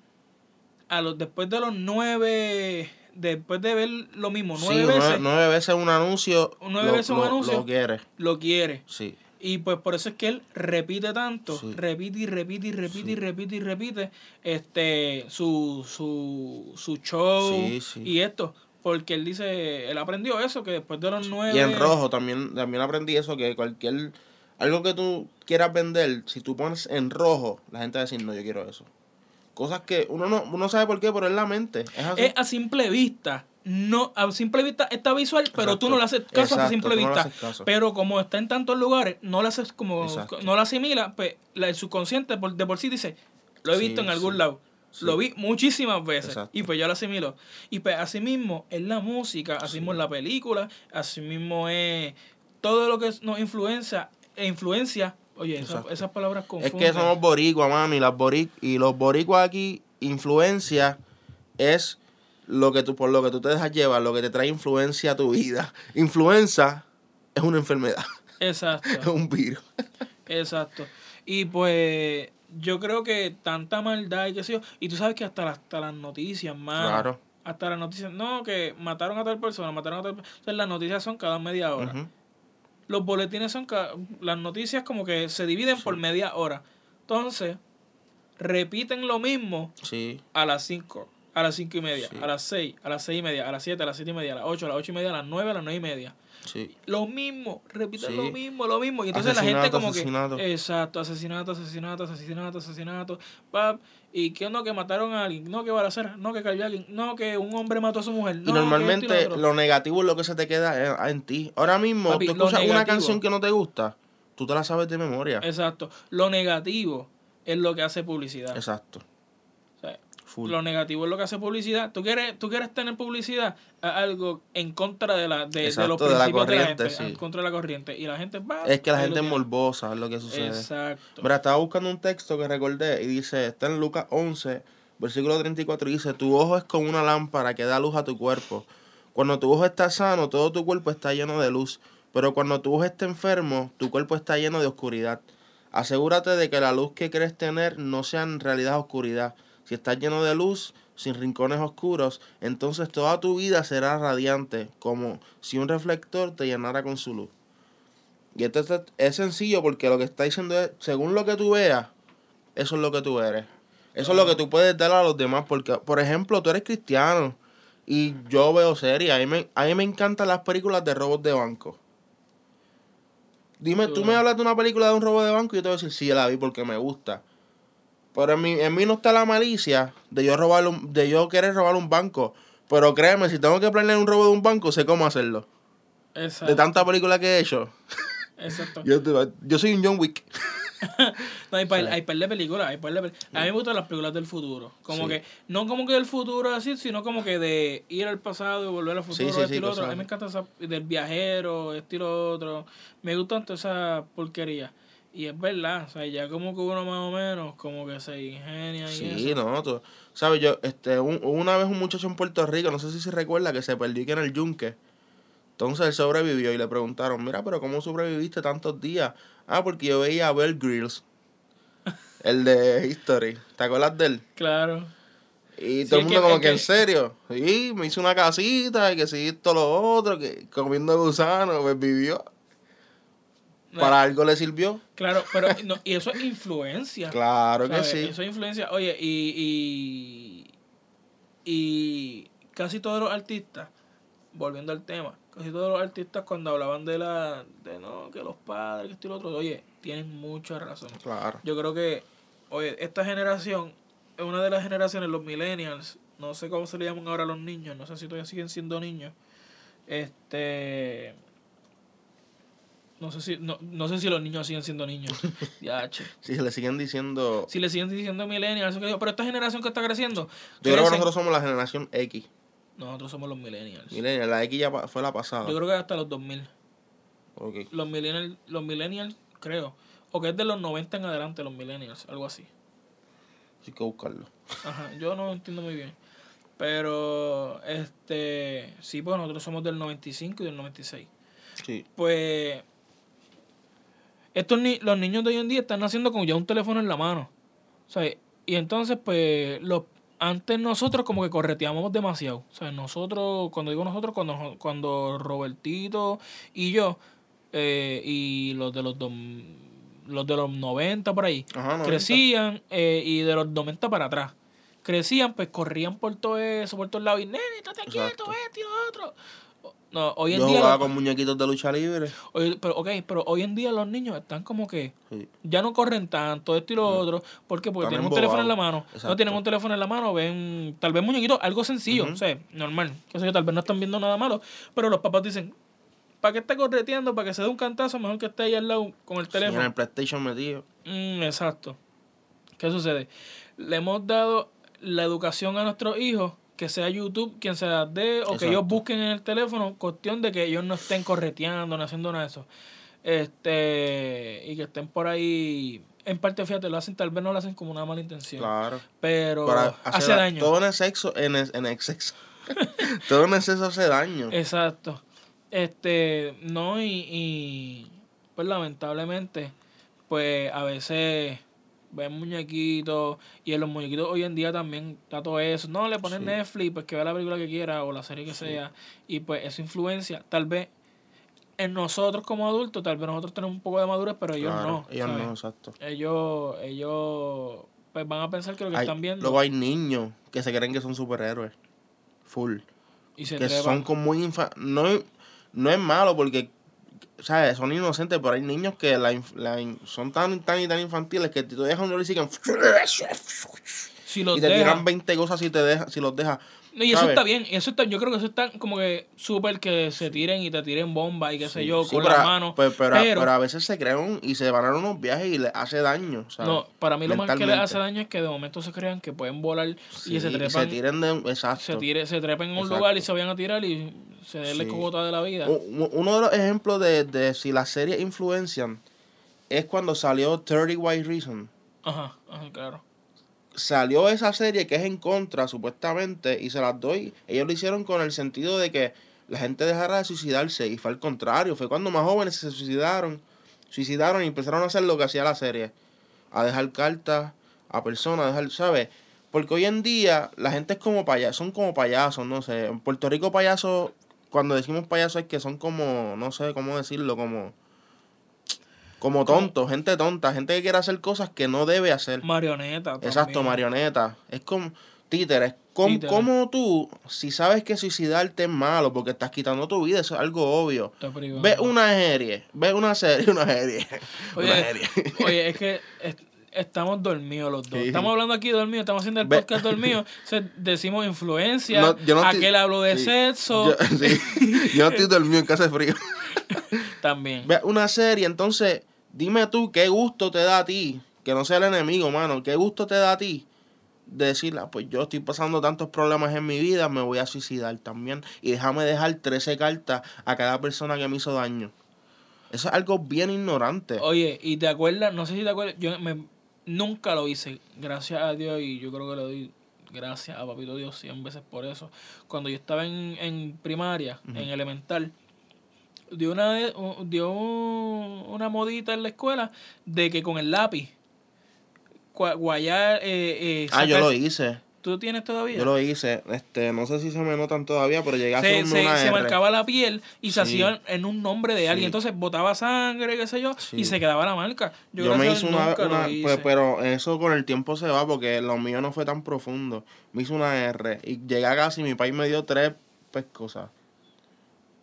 a los después de los nueve... Después de ver lo mismo nueve sí, veces. Nueve, nueve veces un anuncio. Nueve lo, veces un lo, anuncio. Lo quiere. Lo quiere. Sí. Y pues por eso es que él repite tanto. Sí. Repite y repite y repite sí. y repite y repite este su, su, su show sí, sí. y esto. Porque él dice, él aprendió eso, que después de los nueve... Y en rojo también, también aprendí eso, que cualquier... Algo que tú quieras vender, si tú pones en rojo, la gente va a decir, no, yo quiero eso. Cosas que uno no uno sabe por qué, pero es la mente. Es, así. Es a simple vista. No, a simple vista está visual, pero exacto. Tú no le haces caso exacto, a simple vista. No pero como está en tantos lugares, no le haces como exacto. No lo asimila, pues la, el subconsciente por, de por sí dice, lo he visto sí, en algún sí. lado. Sí. Lo vi muchísimas veces. Exacto. Y pues yo lo asimilo. Y pues así mismo es la música, así mismo sí. es la película, así mismo es todo lo que nos influencia, e influencia. Oye, esa, esas palabras confunden. Es que somos boricuas, mano, y, las boric, y los boricuas aquí, influencia es lo que tú, por lo que tú te dejas llevar, lo que te trae influencia a tu vida. Influenza es una enfermedad. Exacto. Es un virus. Exacto. Y pues yo creo que tanta maldad y qué sé yo, y tú sabes que hasta, hasta las noticias, mano. Claro. Hasta las noticias, no, que mataron a tal persona, mataron a tal persona. Entonces las noticias son cada media hora. Uh-huh. Los boletines son, las noticias como que se dividen sí. por media hora. Entonces, repiten lo mismo sí. a las cinco, a las cinco y media, sí. a las seis, a las seis y media, a las siete, a las siete y media, a las ocho, a las ocho y media, a las nueve, a las nueve y media. Sí. Lo mismo, repiten sí. lo mismo, lo mismo. Y entonces la gente como asesinato. que... Exacto, asesinato, asesinato, asesinato, asesinato, pap. ¿Y qué no? Que mataron a alguien, no que balacera, no que cayó a alguien, no que un hombre mató a su mujer. No, y normalmente y lo, lo negativo es lo que se te queda en, en ti. Ahora mismo, papi, tú escuchas una canción que no te gusta, tú te la sabes de memoria. Exacto. Lo negativo es lo que hace publicidad. Exacto. O sea, lo negativo es lo que hace publicidad. ¿Tú quieres, tú quieres tener publicidad a algo en contra de, la, de, Exacto, de los principios de la, corriente, de la gente, sí. en contra de la corriente. Y la gente va... Es que la gente es morbosa, es lo que sucede. Exacto. Mira, estaba buscando un texto que recordé y dice, está en Lucas once, versículo treinta y cuatro, y dice, tu ojo es como una lámpara que da luz a tu cuerpo. Cuando tu ojo está sano, todo tu cuerpo está lleno de luz. Pero cuando tu ojo está enfermo, tu cuerpo está lleno de oscuridad. Asegúrate de que la luz que crees tener no sea en realidad oscuridad. Si estás lleno de luz, sin rincones oscuros, entonces toda tu vida será radiante, como si un reflector te llenara con su luz. Y esto es sencillo porque lo que está diciendo es, según lo que tú veas, eso es lo que tú eres. Eso es lo que tú puedes dar a los demás. Porque, por ejemplo, tú eres cristiano y yo veo series. A mí me, a mí me encantan las películas de robos de banco. Dime, tú me hablas de una película de un robo de banco y yo te voy a decir, sí, la vi porque me gusta. Pero en mí, en mí no está la malicia de yo robar un, de yo querer robar un banco. Pero créeme, si tengo que planear un robo de un banco, sé cómo hacerlo. Exacto. De tanta película que he hecho. Exacto. yo, yo soy un John Wick. No, hay par, hay par de películas, hay par de películas. A mí me gustan las películas del futuro. Como sí. que, no como que del futuro así, sino como que de ir al pasado y volver al futuro, sí, sí, estilo sí, otro. A mí me encanta esa del viajero, estilo otro. Me gustan toda esa porquería. Y es verdad, o sea, ya como que uno más o menos como que se ingenia sí, y eso. Sí, no, tú, sabes, yo, este, un, una vez un muchacho en Puerto Rico, no sé si se recuerda, que se perdió aquí en el yunque. Entonces él sobrevivió y le preguntaron, mira, pero ¿cómo sobreviviste tantos días? Ah, porque yo veía a Bear Grylls, el de History. ¿Te acuerdas de él? Claro. Y sí, todo el mundo que, como que, que en serio. Sí, me hizo una casita y que sí, esto lo otro, que comiendo gusanos, pues vivió. No. Para algo le sirvió. Claro, pero no, y eso es influencia. Claro ¿sabes? Que sí. Eso es influencia. Oye, y, y, y casi todos los artistas, volviendo al tema, casi todos los artistas cuando hablaban de la, de no, que los padres, que esto y lo otro, oye, tienen mucha razón. Claro. Yo creo que, oye, esta generación una de las generaciones, los millennials, no sé cómo se le llaman ahora a los niños, no sé si todavía siguen siendo niños. Este... No sé si no, no sé si los niños siguen siendo niños. Ya, che. Si le siguen diciendo... Si le siguen diciendo millennials, eso que digo, pero esta generación que está creciendo... Yo creo que nosotros somos la generación X. Nosotros somos los millennials. Millennials, la X ya fue la pasada. Yo creo que hasta los dos mil. Okay. Los millennials, los millennials, creo. O que es de los noventa en adelante, los millennials, algo así. Hay que buscarlo. Ajá, yo no entiendo muy bien. Pero, este... Sí, pues nosotros somos del noventa y cinco y del noventa y seis. Sí. Pues... Estos ni los niños de hoy en día están naciendo con ya un teléfono en la mano. O sea, y entonces, pues, los antes nosotros como que correteábamos demasiado. O sea, nosotros, cuando digo nosotros, cuando, cuando Robertito y yo, eh, y los de los dos, los de los noventa por ahí, Ajá, noventa. crecían, eh, y de los noventa para atrás, crecían, pues corrían por todo eso, por todos lados, y nene, estate quieto, esto y lo otro. No, hoy en yo día jugaba los, con muñequitos de lucha libre. hoy, pero, okay, pero hoy en día los niños están como que Sí. ya no corren tanto, esto y lo No. otro. ¿Por qué? Porque Están tienen un embobados. teléfono en la mano. Exacto. No tienen un teléfono en la mano, ven tal vez muñequitos, algo sencillo, Uh-huh. o sea, normal. Que sé yo, tal vez no están viendo nada malo, pero los papás dicen, ¿para qué está correteando? Para que se dé un cantazo, mejor que esté ahí al lado con el Sí, teléfono. en el PlayStation metido. Mm, exacto. ¿Qué sucede? Le hemos dado la educación a nuestros hijos, que sea YouTube quien se las dé, o Exacto. que ellos busquen en el teléfono, cuestión de que ellos no estén correteando, no haciendo nada de eso. Este, y que estén por ahí, en parte, fíjate, lo hacen, tal vez no lo hacen como una mala intención. Claro. Pero Para hace hacer- daño. Todo en el sexo, en el, en el sexo. Todo en exceso hace daño. Exacto. Este, no, y, y pues lamentablemente, pues a veces ven muñequitos, y en los muñequitos hoy en día también está todo eso. No, le ponen Sí. Netflix, pues que vea la película que quiera o la serie que Sí. sea, y pues eso influencia, tal vez en nosotros como adultos, tal vez nosotros tenemos un poco de madurez, pero ellos Claro, no. ellos ¿sabes? no, exacto. Ellos, ellos pues van a pensar que lo que Hay- están viendo luego hay niños que se creen que son superhéroes. Full. y se Que trepan. son como muy infa- no, no es malo porque, ¿sabes? Son inocentes, pero hay niños que la, inf- la in- son tan, tan y tan infantiles que te dejan un y siguen Si los y te dejan- tiran veinte cosas si te deja, si los dejas. No, y eso ¿sabes? está bien, eso está, yo creo que eso está como que súper que se tiren y te tiren bombas y qué sé yo, Sí, con pero, las a- manos. pues, pero, pero, pero a veces se crean y se van a unos viajes y les hace daño. ¿sabes? no, para mí lo más que les Mentalmente. hace daño es que de momento se crean que pueden volar Sí, y se trepan, tiren de exacto. se, tire, se trepen en un Exacto. lugar y se vayan a tirar y se den la Sí. cogota de la vida. U- Uno de los ejemplos de, de si las series influencian es cuando salió thirty White Reasons. Ajá, ajá, claro. Salió esa serie que es en contra, supuestamente, y se las doy. Ellos lo hicieron con el sentido de que la gente dejara de suicidarse, y fue al contrario. Fue cuando más jóvenes se suicidaron, suicidaron y empezaron a hacer lo que hacía la serie. A dejar cartas a personas, a dejar, ¿sabes? Porque hoy en día la gente es como payasos, son como payasos, no sé. En Puerto Rico payasos, cuando decimos payasos es que son como, no sé cómo decirlo, como... Como tontos, gente tonta, gente que quiere hacer cosas que no debe hacer. Marioneta. Exacto, también. marioneta. Es como títeres. ¿Cómo, Títeres. cómo tú, si sabes que suicidarte es malo porque estás quitando tu vida, eso es algo obvio? Está privado. Ve una serie, ve una serie, una serie. Oye, una serie. Oye, es que es- estamos dormidos los dos. Sí. Estamos hablando aquí dormidos, estamos haciendo el Ve- podcast dormidos. O sea, decimos influencia, No, yo no estoy- aquel habló de sí. sexo. Yo, sí, yo no estoy dormido en casa de frío. También. Ve una serie, entonces, dime tú qué gusto te da a ti, que no sea el enemigo, mano, qué gusto te da a ti de decir, ah, pues yo estoy pasando tantos problemas en mi vida, me voy a suicidar también, y déjame dejar trece cartas a cada persona que me hizo daño. Eso es algo bien ignorante. Oye, y te acuerdas, no sé si te acuerdas, yo me, nunca lo hice, gracias a Dios, y yo creo que le doy gracias a Papito Dios cien veces por eso. Cuando yo estaba en, en primaria, Ujú. en elemental, dio una vez- un- dio un- una modita en la escuela de que con el lápiz gua- guayar, eh, eh, ah, yo sacar- lo hice, ¿Tú tienes todavía? yo lo hice, este, no sé si se me notan todavía, pero llegué a se, hacerme se, una se R. marcaba la piel y se Sí. hacía en un nombre de alguien. Sí. Entonces botaba sangre, qué sé yo, Sí. y se quedaba la marca. Yo, Yo, me gracias a hice Dios, una, nunca lo una hice. pues, pero eso con el tiempo se va porque lo mío no fue tan profundo. Me hice una R y llegué a casi, mi país me dio tres pues cosas.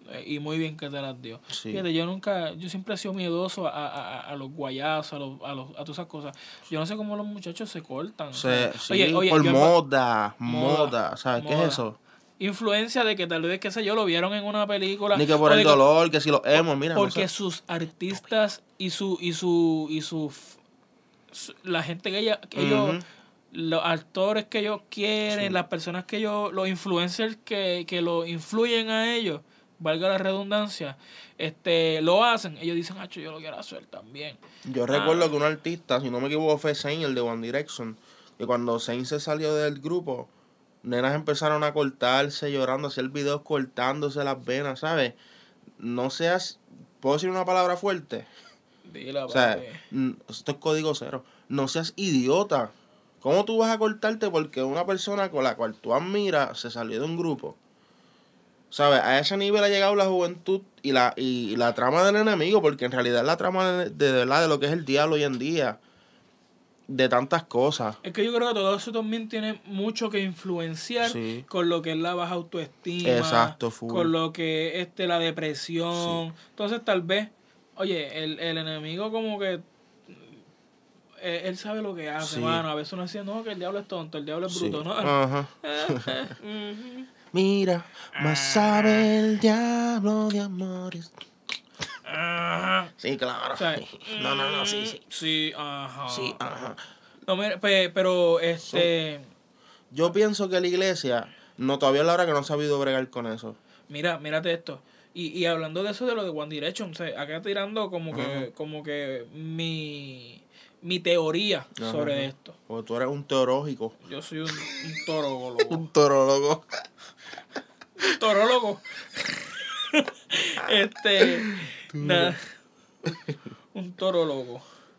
Eh, y muy bien que te las dio. Sí. Fíjate, yo nunca, yo siempre he sido miedoso a, a, a, a los guayazos, a, los, a, los, a todas esas cosas. Yo no sé cómo los muchachos se cortan. Se, o sea, sí, oye, oye, por yo, moda, moda, moda, ¿sabes qué moda. es eso? Influencia de que tal vez, qué sé yo, lo vieron en una película. Ni que por o el de que- dolor, que si los emos, mira. porque no sé. sus artistas y su, y su, y su, su- la gente que, ella, que ellos, Ujú. los actores que ellos quieren, Sí. las personas que ellos, los influencers que, que lo influyen a ellos, valga la redundancia, este, lo hacen, ellos dicen, ah, yo lo quiero hacer también. Yo recuerdo Ah. que un artista, si no me equivoco, fue Zayn, el de One Direction, que cuando Zayn se salió del grupo, nenas empezaron a cortarse, llorando, a hacer videos cortándose las venas, ¿sabes? No seas, ¿puedo decir una palabra fuerte? Dila, O sea, papi. n- esto es código cero. No seas idiota. ¿Cómo tú vas a cortarte porque una persona con la cual tú admiras se salió de un grupo? ¿Sabes? A ese nivel ha llegado la juventud y la, y, y la trama del enemigo, porque en realidad es la trama de, de verdad de lo que es el diablo hoy en día. De tantas cosas. Es que yo creo que todo eso también tiene mucho que influenciar Sí. con lo que es la baja autoestima, Exacto, full. con lo que es este, la depresión. Entonces tal vez, oye, el, el enemigo como que eh, él sabe lo que hace, Sí. mano. A veces uno dice, no, que el diablo es tonto, el diablo es Sí. bruto, ¿no? Ajá. Eh, eh, ujú. Mira, más sabe el diablo de amores. Ajá. Sí, claro. O sea, No, no, no, sí, sí. Sí, ajá. Sí, ajá. No, mira, pe- pero este... Yo pienso que la iglesia, no todavía es la hora que no ha sabido bregar con eso. Mira, mírate esto. Y, y hablando de eso de lo de One Direction, o sea, acá tirando como que, Ajá. como que mi, mi teoría Ajá, sobre ajá. esto. Porque tú eres un teológico. Yo soy un, un torólogo. Un torólogo. Torólogo. este. Nada. Un torólogo.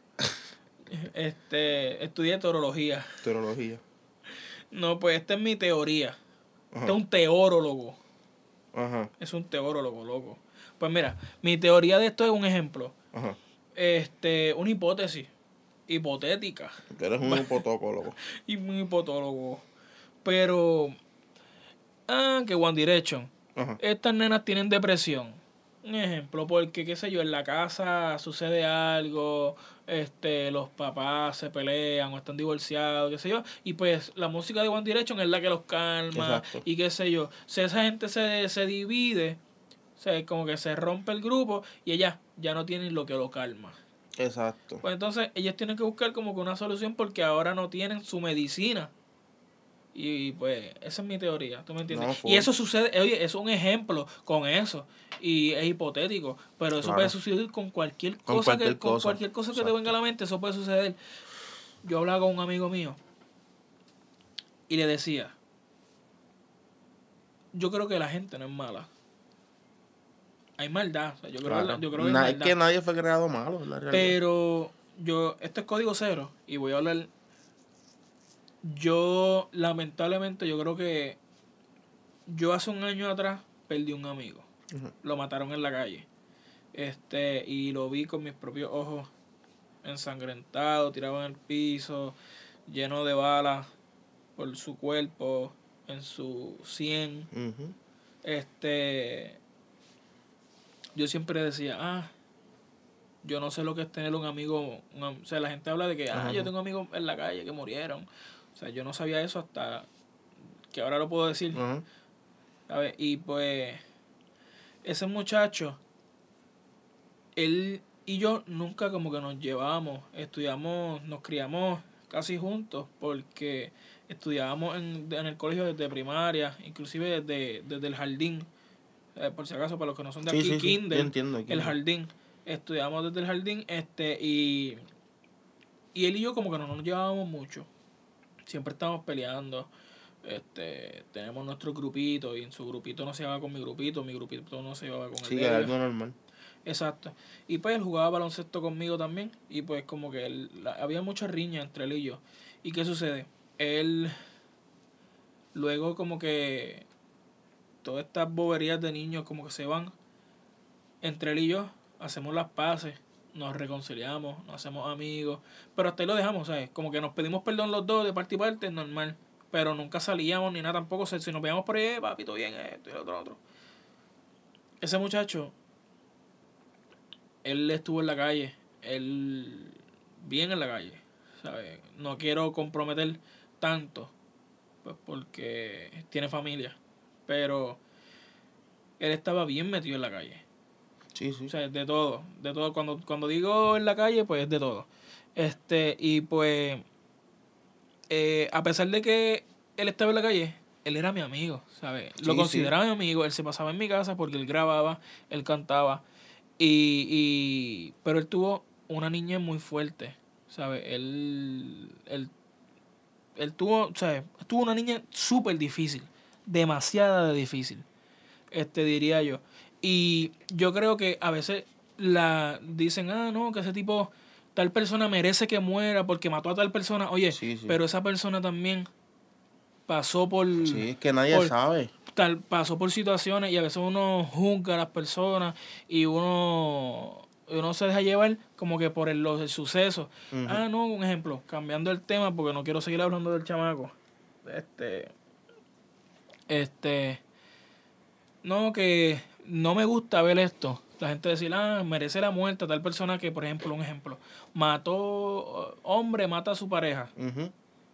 Este. Estudié torología. Teología. No, pues esta es mi teoría. Este Ajá. es un teórólogo. Ajá. Es un teórólogo, loco. Pues mira, mi teoría de esto es un ejemplo. Ajá. Este, una hipótesis hipotética Tú eres un hipotólogo. y un hipotólogo. Pero, ah, que One Direction. Ajá. Estas nenas tienen depresión. Un ejemplo, porque, qué sé yo, en la casa sucede algo, este, los papás se pelean o están divorciados, qué sé yo, y pues la música de One Direction es la que los calma, Exacto. y qué sé yo. Si esa gente se, se divide, o sea, como que se rompe el grupo y ellas ya no tienen lo que lo calma. Exacto. Pues entonces ellos tienen que buscar como que una solución porque ahora no tienen su medicina. Y pues esa es mi teoría, ¿tú me entiendes? No, full. Y eso sucede, oye, es un ejemplo con eso. Y es hipotético, pero eso Claro. puede suceder con cualquier Con cosa cualquier que con cosa. cualquier cosa que te Exacto. venga a la mente, eso puede suceder. Yo hablaba con un amigo mío y le decía, yo creo que la gente no es mala. Hay maldad, o sea, yo creo, Claro. que la- yo creo que hay Na- es maldad. que nadie fue creado malo, en la realidad. Pero yo, esto es código cero y voy a hablar. Yo, lamentablemente, yo creo que yo hace un año atrás perdí un amigo. Ujú. Lo mataron en la calle. Este, y lo vi con mis propios ojos ensangrentado, tirado en el piso, lleno de balas por su cuerpo, en su sien. Ujú. Este, yo siempre decía, ah, yo no sé lo que es tener un amigo, un am- o sea, la gente habla de que, ah, Ajá. yo tengo amigos en la calle que murieron. O sea, yo no sabía eso hasta que ahora lo puedo decir. Ajá. ¿Sabes? Y pues, ese muchacho, él y yo nunca como que nos llevamos, estudiamos, nos criamos casi juntos porque estudiábamos en, en el colegio desde primaria, inclusive desde, desde el jardín. Eh, por si acaso, para los que no son de Sí, aquí, sí, sí. kinder, Yo entiendo. el entiendo. jardín. Estudiamos desde el jardín, este, y, y él y yo como que no nos llevábamos mucho. Siempre estábamos peleando. Este, tenemos nuestro grupito y en su grupito no se llevaba con mi grupito, mi grupito no se llevaba con el Sí, de que es ellos. algo normal. Exacto. Y pues él jugaba baloncesto conmigo también. Y pues como que él, la- había mucha riña entre él y yo. ¿Y qué sucede? Él luego como que todas estas boberías de niños como que se van. Entre él y yo hacemos las paces, nos reconciliamos, nos hacemos amigos. Pero hasta ahí lo dejamos, ¿sabes? Como que nos pedimos perdón los dos de parte y parte, normal. Pero nunca salíamos ni nada tampoco. O sea, si nos veíamos por ahí, eh, papi, todo bien, esto y lo otro, lo otro. ese muchacho, él estuvo en la calle, él bien en la calle, ¿sabes? No quiero comprometer tanto, pues porque tiene familia, pero él estaba bien metido en la calle. Sí, sí. O sea, de todo, de todo. Cuando, cuando digo en la calle, pues es de todo. Este, y pues, eh, a pesar de que él estaba en la calle, él era mi amigo, ¿sabes? Lo Sí, consideraba mi amigo, él se pasaba en mi casa porque él grababa, él cantaba. Y, y pero él tuvo una niña muy fuerte, ¿sabes? Él, él, él tuvo, ¿sabes? Tuvo una niña súper difícil, demasiado difícil, este diría yo. Y yo creo que a veces la dicen, ah, no, que ese tipo, tal persona merece que muera porque mató a tal persona. Oye, Sí, sí. pero esa persona también pasó por... Sí, es que nadie por, sabe. Tal, pasó por situaciones y a veces uno juzga a las personas y uno, uno se deja llevar como que por el, los el suceso. Uh-huh. Ah, no, un ejemplo, cambiando el tema porque no quiero seguir hablando del chamaco. Este, este, no, que no me gusta ver esto. La gente decir, ah, merece la muerte a tal persona que, por ejemplo, un ejemplo, mató, hombre mata a su pareja. Uh-huh.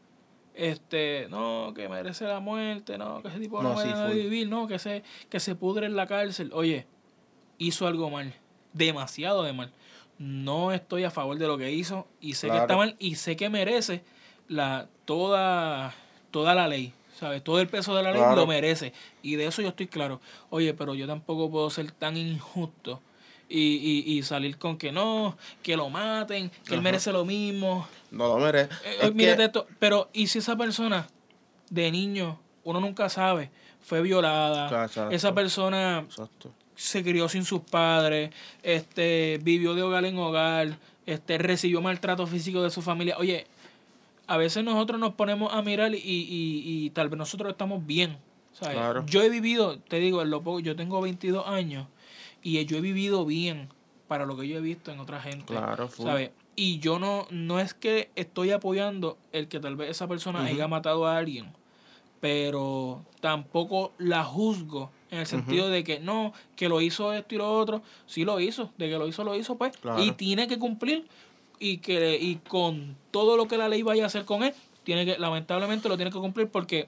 Este, no, que merece la muerte, no, que ese tipo no, No, sí, merece full. vivir, no, que se, que se pudre en la cárcel. Oye, hizo algo mal, demasiado de mal. No estoy a favor de lo que hizo y sé Claro. que está mal y sé que merece la toda, toda la ley. ¿Sabes? Todo el peso de la ley Claro. lo merece. Y de eso yo estoy claro. Oye, pero yo tampoco puedo ser tan injusto y, y, y salir con que no, que lo maten, que Ajá. él merece lo mismo. No lo merece. Eh, Es mírate que... esto. Pero, ¿y si esa persona de niño, uno nunca sabe, fue violada? Exacto. Esa persona Exacto. se crió sin sus padres, este, vivió de hogar en hogar, este, recibió maltrato físico de su familia. Oye, a veces nosotros nos ponemos a mirar y, y, y tal vez nosotros estamos bien, ¿sabes? Claro. Yo he vivido, te digo, en lo poco, yo tengo veintidós años y yo he vivido bien para lo que yo he visto en otra gente, Claro, full. ¿sabes? Y yo no, no es que estoy apoyando el que tal vez esa persona Uh-huh. haya matado a alguien, pero tampoco la juzgo en el sentido Uh-huh. de que no, que lo hizo esto y lo otro. Sí lo hizo, de que lo hizo, lo hizo, pues. Claro. Y tiene que cumplir y que y con todo lo que la ley vaya a hacer con él, tiene que lamentablemente lo tiene que cumplir porque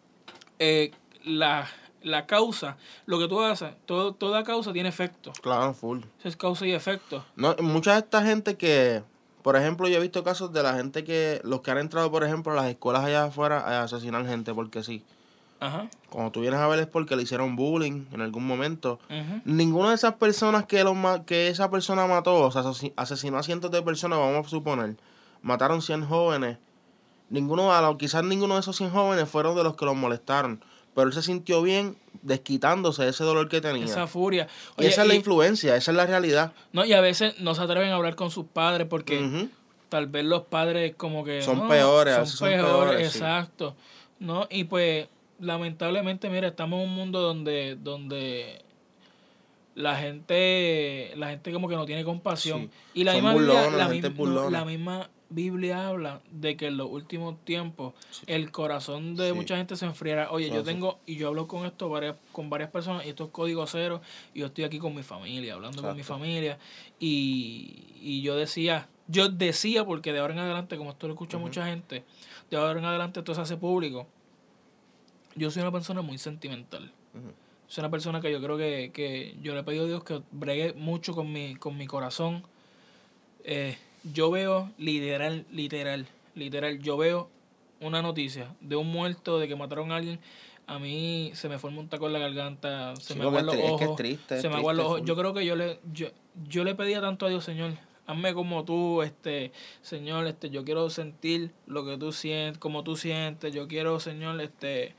eh, la, la causa, lo que tú haces, todo, toda causa tiene efecto. Claro, full. Eso es causa y efecto. No, mucha de esta gente que, por ejemplo, yo he visto casos de la gente que, los que han entrado, por ejemplo, a las escuelas allá afuera a asesinar gente porque sí. Ajá. Cuando tú vienes a ver es porque le hicieron bullying en algún momento. Uh-huh. Ninguna de esas personas que, los, que esa persona mató, o sea, asesinó a cientos de personas, vamos a suponer, mataron cien jóvenes. Ninguno, a lo, quizás ninguno de esos cien jóvenes fueron de los que los molestaron. Pero él se sintió bien desquitándose de ese dolor que tenía. Esa furia. Oye, y esa es la influencia, esa es la realidad. No, y a veces no se atreven a hablar con sus padres porque uh-huh. tal vez los padres como que... Son no, peores, son, son peores, peores. Exacto. Sí. ¿No? Y pues, lamentablemente, mira, estamos en un mundo donde... donde la gente la gente como que no tiene compasión. Sí. Y la misma, burlones, Biblia, la, gente mi, no, la misma Biblia habla de que en los últimos tiempos sí. el corazón de sí. mucha gente se enfriará. Oye, sí, yo tengo, y yo hablo con esto varias, con varias personas, y esto es código cero, y yo estoy aquí con mi familia, hablando Exacto. con mi familia, y, y yo decía, yo decía, porque de ahora en adelante, como esto lo escucha uh-huh. mucha gente, de ahora en adelante esto se hace público, yo soy una persona muy sentimental. Uh-huh. Soy una persona que yo creo que, que yo le he pedido a Dios que bregue mucho con mi, con mi corazón. Eh, yo veo literal, literal, literal, yo veo una noticia de un muerto, de que mataron a alguien, a mí se me forma un taco en la garganta, se sí, me aguan los ojos, es que es triste, se es me aguan los ojos. Full. Yo creo que yo le, yo, yo le pedía tanto a Dios, Señor, hazme como tú, este, Señor, este, yo quiero sentir lo que tú sientes, como tú sientes, yo quiero, Señor, este,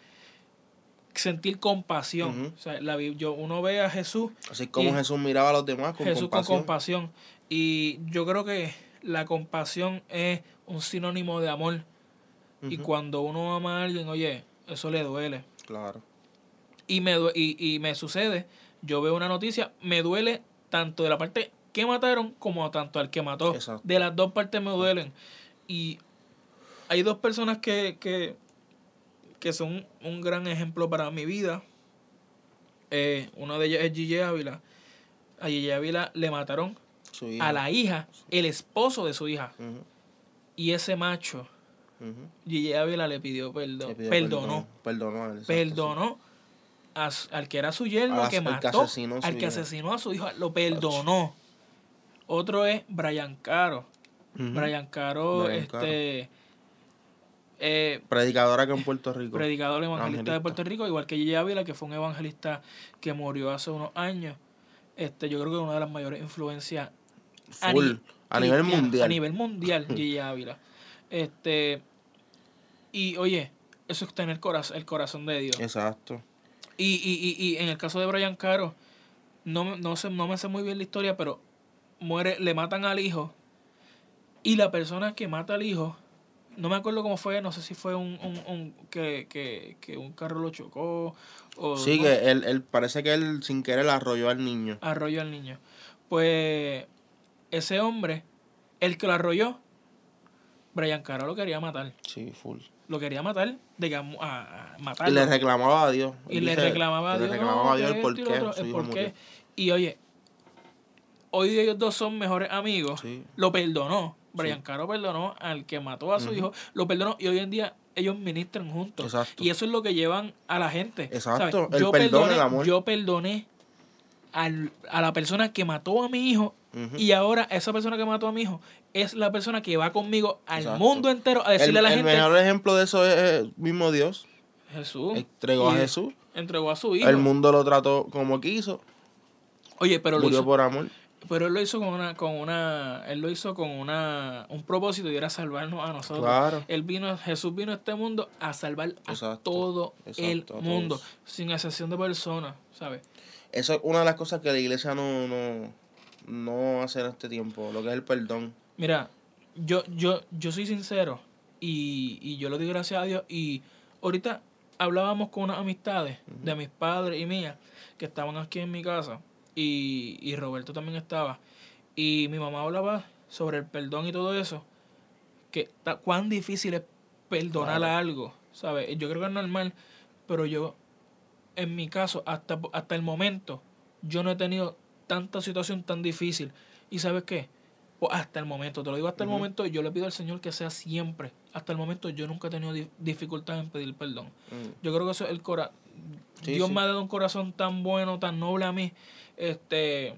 sentir compasión. Uh-huh. O sea, la, yo, uno ve a Jesús. Así como y Jesús miraba a los demás con Jesús compasión. con compasión. Y yo creo que la compasión es un sinónimo de amor. Uh-huh. Y cuando uno ama a alguien, oye, eso le duele. Claro. Y me, y, y me sucede, yo veo una noticia, me duele tanto de la parte que mataron como tanto al que mató. Exacto. De las dos partes me duelen. Y hay dos personas que... que que son un gran ejemplo para mi vida. Eh, uno de ellos es Gigi Ávila. A Gigi Ávila le mataron a la hija, el esposo de su hija. Uh-huh. Y ese macho, uh-huh. Gigi Ávila le pidió perdón. Le pidió perdonó. Perdonó. Perdonó, perdonó a, al que era su yerno, a, que mató, que asesinó al que hija. asesinó a su hijo. Lo perdonó. Ach. Otro es Brian Caro. Uh-huh. Brian Caro, Brian este... Caro. Eh, predicador acá en Puerto Rico. Predicador evangelista, evangelista de Puerto Rico, igual que Gigi Ávila, que fue un evangelista que murió hace unos años. Este, yo creo que es una de las mayores influencias Full, a, ni, a nivel mundial. A nivel mundial, Gigi Ávila. Este, y oye, eso es tener corazón, el corazón de Dios. Exacto. Y, y, y, y en el caso de Brian Caro, no, no, sé, no me sé muy bien la historia, pero muere, le matan al hijo. Y la persona que mata al hijo, no me acuerdo cómo fue, no sé si fue un, un, un que, que, que un carro lo chocó. O, sí, no que sé. él, él parece que él sin querer arrolló al niño. Arrolló al niño. Pues ese hombre, el que lo arrolló, Brian Caro lo quería matar. Sí, full. Lo quería matar, digamos, a, a matarlo. Y le reclamaba a Dios. Y le reclamaba a Dios. Le reclamaba a Dios el por qué. qué. Otro, el por qué. Y oye, hoy ellos dos son mejores amigos. Sí. Lo perdonó. Brian sí. Caro perdonó al que mató a su uh-huh. hijo. Lo perdonó y hoy en día ellos ministran juntos. Exacto. Y eso es lo que llevan a la gente. Exacto. ¿Sabes? El yo perdón, perdoné, el amor. Yo perdoné al, a la persona que mató a mi hijo. Uh-huh. Y ahora esa persona que mató a mi hijo es la persona que va conmigo al Exacto. mundo entero a decirle el, a la el gente. El mejor ejemplo de eso es el mismo Dios. Jesús. Entregó a Jesús. Entregó a su hijo. El mundo lo trató como quiso. Oye, pero murió lo hizo, por amor. Pero él lo hizo con una, con una, él lo hizo con una, un propósito y era salvarnos a nosotros. Claro. Él vino, Jesús vino a este mundo a salvar a Exacto. todo Exacto, el a mundo, sin excepción de personas, ¿sabes? Eso es una de las cosas que la iglesia no, no, no hace en este tiempo, lo que es el perdón. Mira, yo, yo, yo soy sincero y, y yo le doy gracias a Dios. Y ahorita hablábamos con unas amistades uh-huh. de mis padres y mías que estaban aquí en mi casa. Y, y Roberto también estaba. Y mi mamá hablaba sobre el perdón y todo eso. Que ta, cuán difícil es perdonar claro. algo, ¿sabes? Yo creo que es normal, pero yo, en mi caso, hasta, hasta el momento, yo no he tenido tanta situación tan difícil. ¿Y sabes qué? Pues hasta el momento, te lo digo hasta uh-huh. el momento, yo le pido al Señor que sea siempre. Hasta el momento yo nunca he tenido di- dificultad en pedir perdón. Uh-huh. Yo creo que eso es el corazón. Sí, Dios sí. me ha dado un corazón tan bueno, tan noble a mí. Este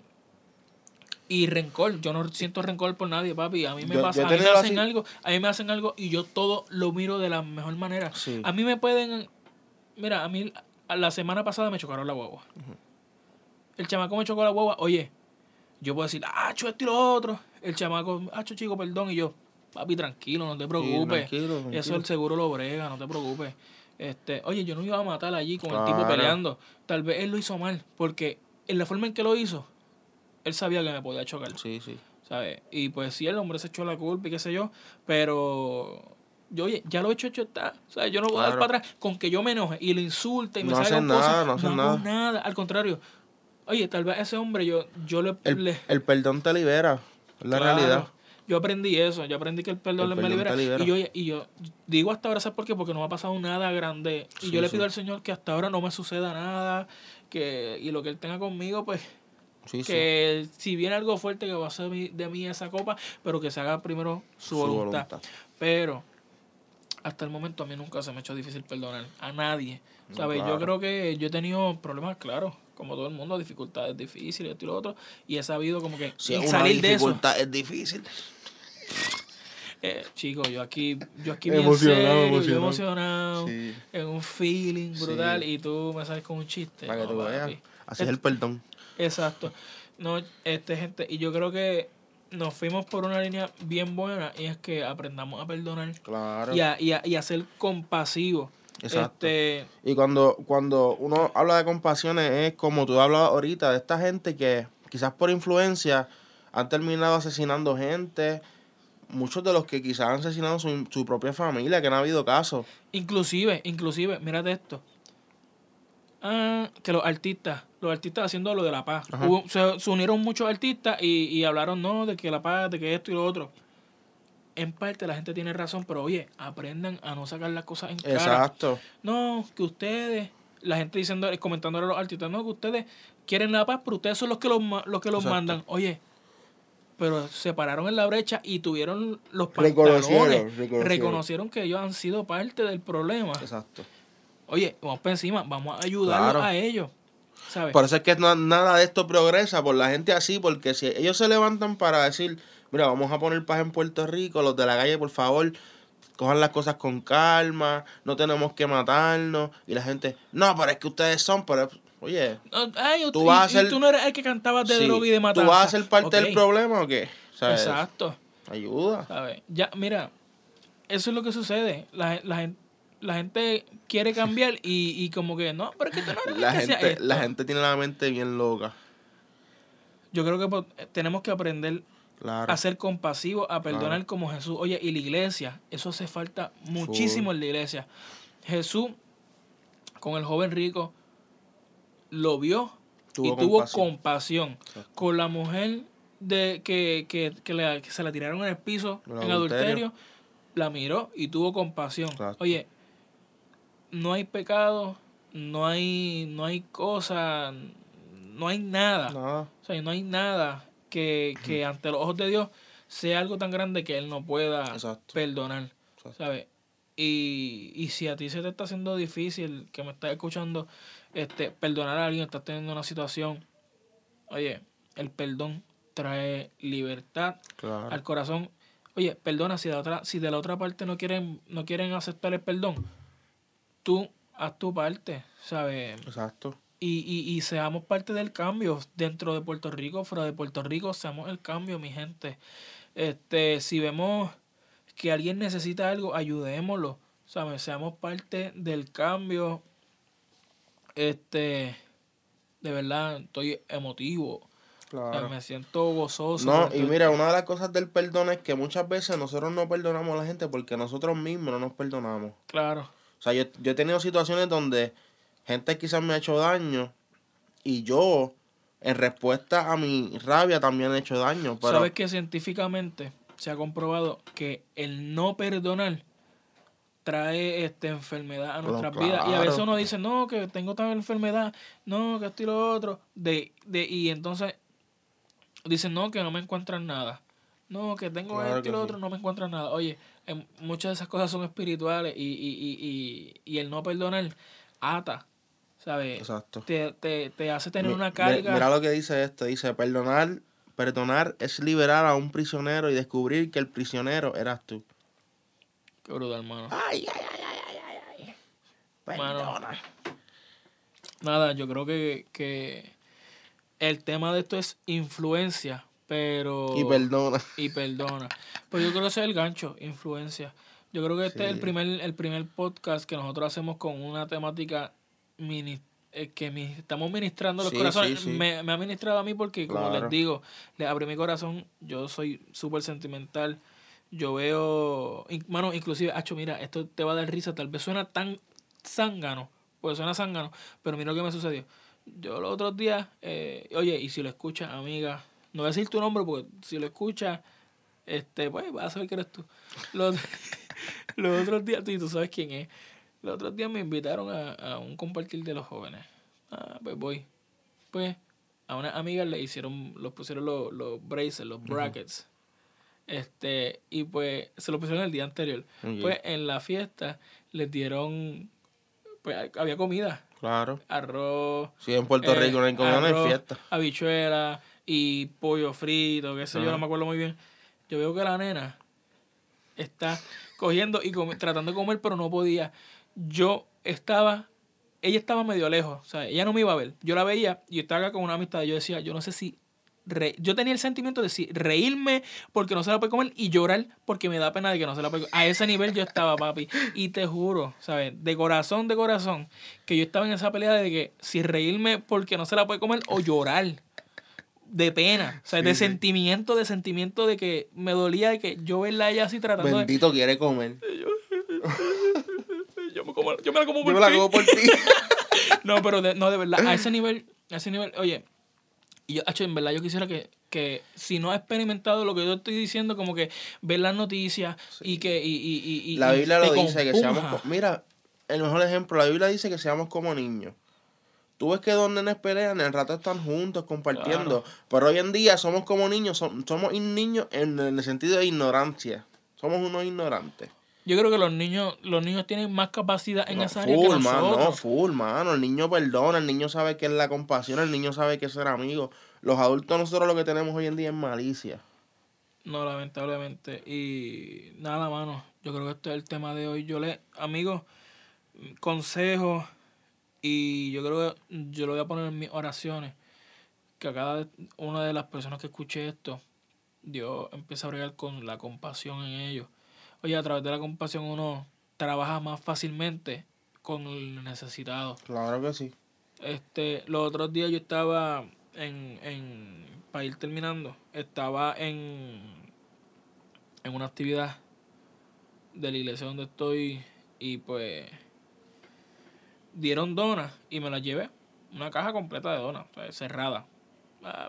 y rencor, yo no siento rencor por nadie, papi. A mí me yo, pasa, yo a mí me hacen así... algo, a mí me hacen algo y yo todo lo miro de la mejor manera. Sí. A mí me pueden, mira, a mí la semana pasada me chocaron la guagua. Uh-huh. El chamaco me chocó la guagua, oye, yo puedo decir, ah, esto y lo otro. El chamaco, ah, chico, perdón, y yo, papi, tranquilo, no te preocupes. Sí, tranquilo, tranquilo. Eso el seguro lo brega, no te preocupes. Este, oye, yo no iba a matar allí con claro. el tipo peleando. Tal vez él lo hizo mal, porque en la forma en que lo hizo, él sabía que me podía chocar. Sí, sí. ¿Sabes? Y pues sí, el hombre se echó la culpa y qué sé yo, pero yo, oye, ya lo he hecho, hecho está. O sea, yo no voy claro. a dar para atrás con que yo me enoje y lo insulte y me no salga con cosas. Nada, no hacen no nada. nada. nada. Al contrario, oye, tal vez ese hombre yo, yo le, el, le... el perdón te libera, es la claro. realidad. Yo aprendí eso, yo aprendí que el perdón, el perdón me libera. libera. Y yo, y yo digo hasta ahora, ¿sabes por qué? Porque no me ha pasado nada grande. Y sí, yo le pido sí. al Señor que hasta ahora no me suceda nada, que y lo que Él tenga conmigo, pues, sí, que sí. si viene algo fuerte que va a ser de mí esa copa, pero que se haga primero su, su voluntad. voluntad. Pero hasta el momento a mí nunca se me ha hecho difícil perdonar a nadie. ¿Sabes? Claro. Yo creo que yo he tenido problemas, claro, como todo el mundo, dificultades difíciles, esto y lo otro, y he sabido como que si salir de eso. Dificultad es difícil. Eh, chicos, yo aquí, yo aquí bien emocionado, serio, emocionado. yo emocionado, sí. en un feeling brutal, sí. y tú me sales con un chiste. Para que no, tú veas. Así es el perdón. Exacto. No, este gente, y yo creo que nos fuimos por una línea bien buena, y es que aprendamos a perdonar. Claro. Y a, y a, y a ser compasivos. Exacto. Este, y cuando, cuando uno habla de compasión es como tú hablabas ahorita, de esta gente que quizás por influencia han terminado asesinando gente. Muchos de los que quizás han asesinado su, su propia familia, que no ha habido casos. Inclusive, inclusive, mírate esto. Ah, que los artistas, los artistas haciendo lo de la paz. Hubo, se, se unieron muchos artistas y, y hablaron, no, de que la paz, de que esto y lo otro. En parte la gente tiene razón, pero oye, aprendan a no sacar las cosas en cara. Exacto. No, que ustedes, la gente diciendo, comentándole a los artistas, no, que ustedes quieren la paz, pero ustedes son los que los, los, que los mandan. Oye, pero se pararon en la brecha y tuvieron los pantalones. Reconocieron, reconocieron. reconocieron que ellos han sido parte del problema. Exacto. Oye, vamos para encima, vamos a ayudarlos claro. a ellos. ¿Sabes? Por eso es que no, nada de esto progresa por la gente así, porque si ellos se levantan para decir, mira, vamos a poner paz en Puerto Rico, los de la calle, por favor, cojan las cosas con calma, no tenemos que matarnos, y la gente, no, pero es que ustedes son, pero oye, Ay, tú, y, vas a ser, y tú no eres el que cantabas de sí, droga y de matanza. ¿Tú vas a ser parte okay. del problema o qué? ¿Sabes? Exacto. Ayuda. ¿Sabes? Ya, mira, eso es lo que sucede, la, la gente La gente quiere cambiar y, y como que, no, pero es que tú no eres la que gente, sea esto. La gente tiene la mente bien loca. Yo creo que pues, tenemos que aprender claro. a ser compasivos, a perdonar claro. como Jesús. Oye, y la iglesia, eso hace falta muchísimo Full. en la iglesia. Jesús, con el joven rico, lo vio tuvo y tuvo compasión. compasión. Exacto. Con la mujer de que, que, que, le, que se la tiraron en el piso, el en adulterio. adulterio, la miró y tuvo compasión. Exacto. Oye, no hay pecado, no hay, no hay cosa, no hay nada. No. O sea, no hay nada que, que ante los ojos de Dios sea algo tan grande que Él no pueda Exacto. perdonar. Exacto. ¿Sabes? Y, y si a ti se te está haciendo difícil, que me estás escuchando, este, perdonar a alguien, estás teniendo una situación, oye, el perdón trae libertad claro. al corazón. Oye, perdona, si de la otra, si de la otra parte no quieren, no quieren aceptar el perdón, tú haz tu parte, ¿sabes? Exacto. Y, y, y seamos parte del cambio dentro de Puerto Rico, fuera de Puerto Rico, seamos el cambio, mi gente. Este, si vemos que alguien necesita algo, ayudémoslo, ¿sabes? Seamos parte del cambio. Este, de verdad, estoy emotivo. Claro. O sea, me siento gozoso. No, y mira, una de las cosas del perdón es que muchas veces nosotros no perdonamos a la gente porque nosotros mismos no nos perdonamos. Claro. O sea, yo, yo he tenido situaciones donde gente quizás me ha hecho daño y yo, en respuesta a mi rabia, también he hecho daño. Pero... ¿Sabes que científicamente se ha comprobado que el no perdonar trae esta enfermedad a nuestras bueno, claro. vidas? Y a veces uno dice, no, que tengo tal enfermedad, no, que esto y lo otro. De, de, y entonces dicen, no, que no me encuentran nada. No, que tengo claro esto y lo sí. otro, no me encuentran nada. Oye, en, muchas de esas cosas son espirituales y, y, y, y, y el no perdonar ata, ¿sabes? Exacto. Te, te, te hace tener Mi, una carga. Mira lo que dice esto, dice, perdonar, perdonar es liberar a un prisionero y descubrir que el prisionero eras tú. Qué brutal, hermano. Ay, ay, ay, ay, ay, ay. Perdona. Mano, nada, yo creo que, que el tema de esto es influencia. Pero... Y perdona. Y perdona. Pues yo creo que ese es el gancho, influencia. Yo creo que este sí. es el primer, el primer podcast que nosotros hacemos con una temática mini, eh, que mi, estamos ministrando los sí, corazones. Sí, sí. Me, me ha ministrado a mí porque, como claro. les digo, le abrí mi corazón. Yo soy súper sentimental. Yo veo... Mano, inclusive, Acho, mira, esto te va a dar risa. Tal vez suena tan zángano. Pues suena zángano. Pero mira lo que me sucedió. Yo los otros días... Eh, oye, y si lo escuchas, amiga... No voy a decir tu nombre porque si lo escuchas, este, pues vas a saber que eres tú. Los, los otros días, tú, tú sabes quién es. Los otros días me invitaron a, a un compartir de los jóvenes. Ah, pues voy. Pues a unas amigas le hicieron, los pusieron los, los braces, los brackets. Uh-huh. Este, y pues se lo pusieron el día anterior. Uh-huh. Pues en la fiesta les dieron, pues había comida. Claro. Arroz. Sí, en Puerto eh, Rico no hay comida, no hay fiesta. Habichuela y pollo frito, qué sé uh-huh. yo, no me acuerdo muy bien. Yo veo que la nena está cogiendo y com- tratando de comer, pero no podía. Yo estaba, ella estaba medio lejos, o sea, ella no me iba a ver. Yo la veía y yo estaba acá con una amistad. Yo decía, yo no sé si... Re- yo tenía el sentimiento de si reírme porque no se la puede comer y llorar porque me da pena de que no se la puede comer. A ese nivel yo estaba, papi. Y te juro, ¿sabes? De corazón, de corazón, que yo estaba en esa pelea de que si reírme porque no se la puede comer o llorar. De pena, o sea, sí, de sí. sentimiento, de sentimiento de que me dolía de que yo verla a ella así tratando Bendito de... quiere comer. Yo, yo, me, como, yo me la como por yo ti. me la como por ti. No, pero de, no, de verdad, a ese nivel, a ese nivel, oye, y yo, hecho, en verdad yo quisiera que, que si no has experimentado lo que yo estoy diciendo, como que ver las noticias sí. y que y, y, y, la Biblia y lo dice, compunja. Que seamos... Mira, el mejor ejemplo, la Biblia dice que seamos como niños. Tú ves que dos nenes pelean, el rato están juntos, compartiendo. Claro. Pero hoy en día somos como niños, som- somos niños en el sentido de ignorancia. Somos unos ignorantes. Yo creo que los niños, los niños tienen más capacidad en No, esa área que full, man, nosotros. no, full, mano. El niño perdona, el niño sabe qué es la compasión, el niño sabe qué es ser amigo. Los adultos nosotros lo que tenemos hoy en día es malicia. No, lamentablemente. Y nada, mano. Yo creo que este es el tema de hoy. Yo le, amigos, consejos. Y yo creo que yo lo voy a poner en mis oraciones. Que a cada una de las personas que escuche esto, Dios empieza a bregar con la compasión en ellos. Oye, a través de la compasión uno trabaja más fácilmente con el necesitado. Claro que sí. Este, los otros días yo estaba en, en para ir terminando, estaba en, en una actividad de la iglesia donde estoy y pues dieron donas y me las llevé. Una caja completa de donas, o sea, cerrada. Ah,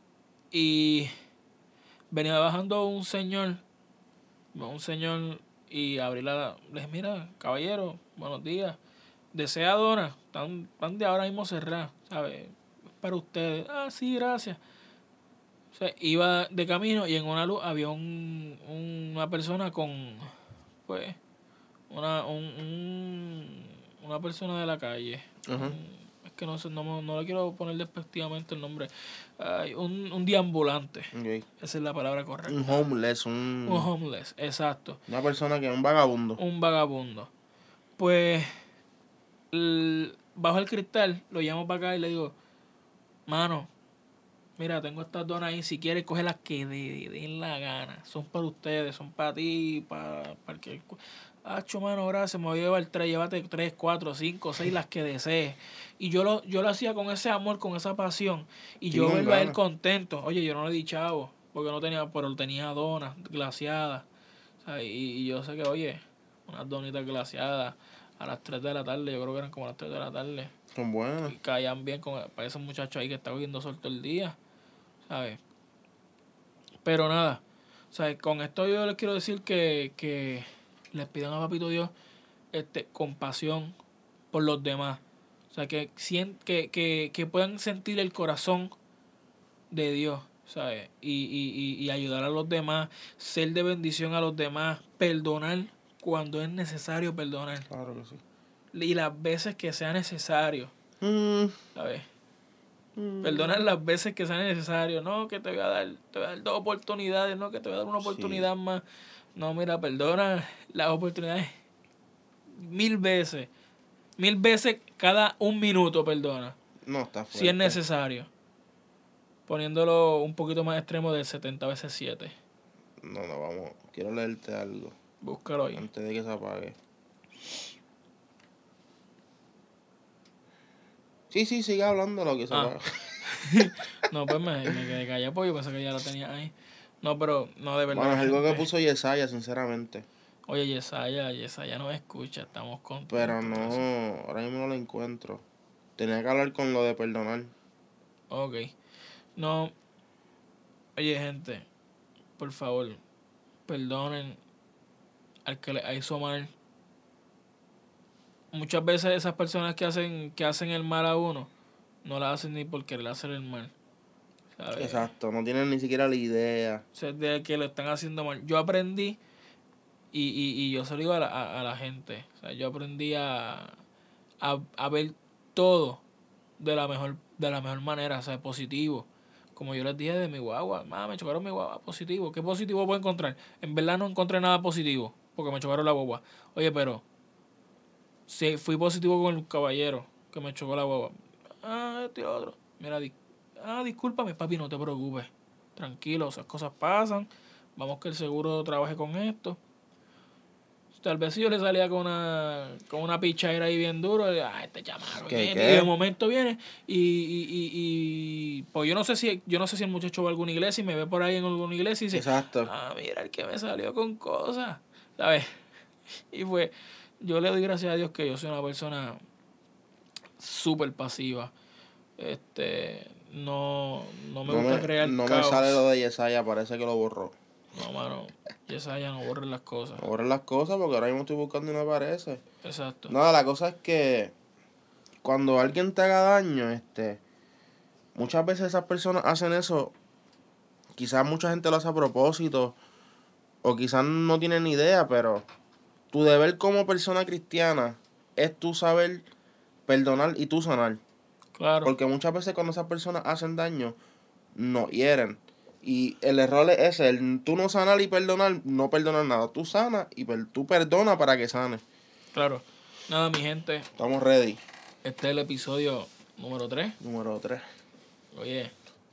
y venía bajando un señor, un señor y abrí la, le dije, mira, caballero, buenos días. Desea donas, están, están de ahora mismo cerradas, ¿sabes? Es para ustedes. Ah, sí, gracias. O sea, iba de camino y en una luz había un, una persona con, pues, una, un, un- una persona de la calle. Ajá. Un- es que no sé, no, me- no le quiero poner despectivamente el nombre. Ay, un, un deambulante. Okay. Esa es la palabra correcta. Un homeless, un, Un homeless, exacto. una persona que es un vagabundo. Un vagabundo. Pues, l- bajo el cristal, lo llamo para acá y le digo, mano, mira, tengo estas donas ahí, si quieres coge las que de, den la gana. Son para ustedes, son para ti, para, para el que... Hacho, mano, gracias, me voy a llevar tres, llévate tres, cuatro, cinco, seis, las que desees. Y yo lo, yo lo hacía con ese amor, con esa pasión. Y Sí, yo con verlo a él ganas. contento. Oye, yo no le di chavo, porque no tenía, pero tenía donas glaciadas. O sea, y, y yo sé que, oye, unas donitas glaciadas a las tres de la tarde, yo creo que eran como a las tres de la tarde. Son buenas. Y caían bien con, para esos muchachos ahí que están cogiendo sol todo el día, ¿sabes? Pero nada, ¿sabes? Con esto yo les quiero decir que, que les pidan a Papito Dios este, compasión por los demás. O sea, que, sien- que, que, que puedan sentir el corazón de Dios, ¿sabes? Y, y, y, y ayudar a los demás, ser de bendición a los demás, perdonar cuando es necesario perdonar. Claro que sí. Y las veces que sea necesario, Mm, ¿sabes? mm. Perdonar las veces que sea necesario. No, que te voy a dar, te voy a dar dos oportunidades, no, que te voy a dar una Sí. oportunidad más. No, mira, perdona las oportunidades mil veces. Mil veces cada un minuto, perdona. No, está fuerte. Si es necesario. Poniéndolo un poquito más extremo del setenta veces siete. No, no, vamos. Quiero leerte algo Búscalo ahí. antes de que se apague. Sí, sí, sigue hablando lo que se Ah. apaga. No, pues me, me quedé callado porque yo pensé que ya lo tenía ahí. No, pero no, de verdad. Bueno, es algo que gente. puso Yesaya, sinceramente. Oye, Yesaya, Yesaya no me escucha, estamos contentos. Pero por no, eso. ahora mismo no lo encuentro. Tenía que hablar con lo de perdonar. Ok. No. Oye, gente, por favor, perdonen al que le hizo mal. Muchas veces esas personas que hacen que hacen el mal a uno, no la hacen ni por querer hacer el mal. ¿Sabes? Exacto, no tienen ni siquiera la idea. O sea, de que lo están haciendo mal. Yo aprendí, y, y, y yo se lo digo a la, a, a la gente, o sea, yo aprendí a, a, a ver todo de la mejor de la mejor manera, o sea, positivo. Como yo les dije de mi guagua, mamá, me chocaron mi guagua, positivo. ¿Qué positivo puedo encontrar? En verdad no encontré nada positivo, porque me chocaron la guagua. Oye, pero sí, fui positivo con el caballero que me chocó la guagua. Ah, este y otro. Mira, di- ah, discúlpame, papi, no te preocupes. Tranquilo, esas cosas pasan. Vamos que el seguro trabaje con esto. Tal vez si yo le salía con una con una pichadera ahí bien duro, ah, este chamaco. ¿Qué, Y qué? de momento viene y, y, y, y pues yo no sé si yo no sé si el muchacho va a alguna iglesia y me ve por ahí en alguna iglesia y dice, Exacto. ah, mira el que me salió con cosas, ¿sabes? Y pues yo le doy gracias a Dios que yo soy una persona súper pasiva. Este, no, no me No gusta me, crear no me caos. sale lo de Yesaya, parece que lo borró. No, mano. Y esa ya no borren las cosas. No borren las cosas porque ahora mismo estoy buscando y no aparece. Exacto. Nada, la cosa es que cuando alguien te haga daño, este, muchas veces esas personas hacen eso. Quizás mucha gente lo hace a propósito. O quizás no tienen ni idea, pero tu deber como persona cristiana es tú saber perdonar y tú sanar. Claro. Porque muchas veces cuando esas personas hacen daño, nos hieren. Y el error es ese, el tú no sanar y perdonar, no perdonar nada. Tú sanas y per, tú perdonas para que sanes. Claro. Nada, mi gente. Estamos ready. Este es el episodio número tres. Número tres. Oye.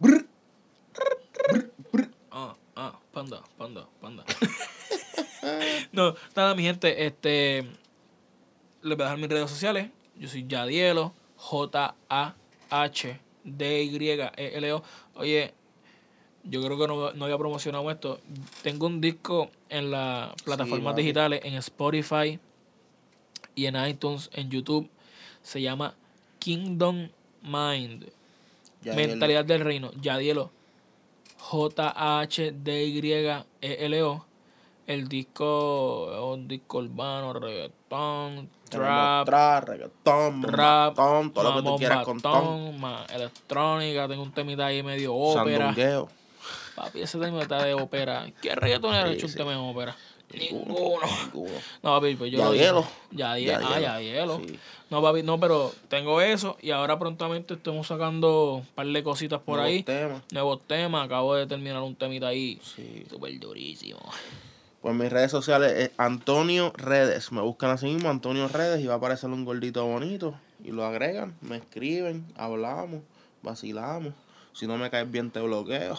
Ah, ah, panda, panda, panda. No, nada, mi gente, este, les voy a dejar mis redes sociales. Yo soy Yadielo, J A H D Y E L O. Oye, yo creo que no, no había promocionado esto. Tengo un disco en las plataformas papi. digitales, en Spotify y en iTunes, en YouTube. Se llama Kingdom Mind. Yadielo. Mentalidad del Reino. Yadielo. J H D Y E L O. El disco es un disco urbano, reggaetón, Tenemos trap, trap, reggaetón, rap, batón, todo lo que tú más quieras con ton. bombatón, más electrónica. Tengo un temita ahí medio ópera. Sandungueo. Papi, ese tema está de ópera. ¿Qué reggaetonero ha Sí, hecho un sí. tema en ópera? Ninguno. Ninguno. Ninguno. No, papi, pues yo Ya lo hielo. dije. Ya hielo. Ah, ya hielo. Sí. No, papi, no, pero tengo eso y ahora prontamente estamos sacando un par de cositas por Nuevos ahí. temas. Nuevos temas. Acabo de terminar un temita ahí. Sí. Súper durísimo. Pues mis redes sociales es Antonio Redes. Me buscan así mismo, Antonio Redes, y va a aparecer un gordito bonito. Y lo agregan, me escriben, hablamos, vacilamos. Si no me caes bien, te bloqueo.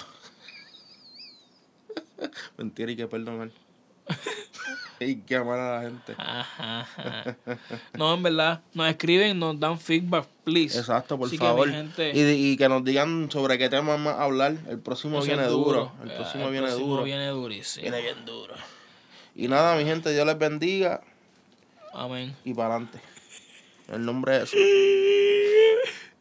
Mentira, y que perdonar. Y que amar a la gente. Ajá, ajá. No, en verdad, nos escriben, nos dan feedback, please. Exacto, por Así que, favor. mi gente, Y, y que nos digan sobre qué tema más hablar. El próximo eso viene es duro. El Eh, próximo el viene próximo duro. viene durísimo. Viene bien duro. Y nada, mi gente, Dios les bendiga. Amén. Y para adelante. El nombre es eso.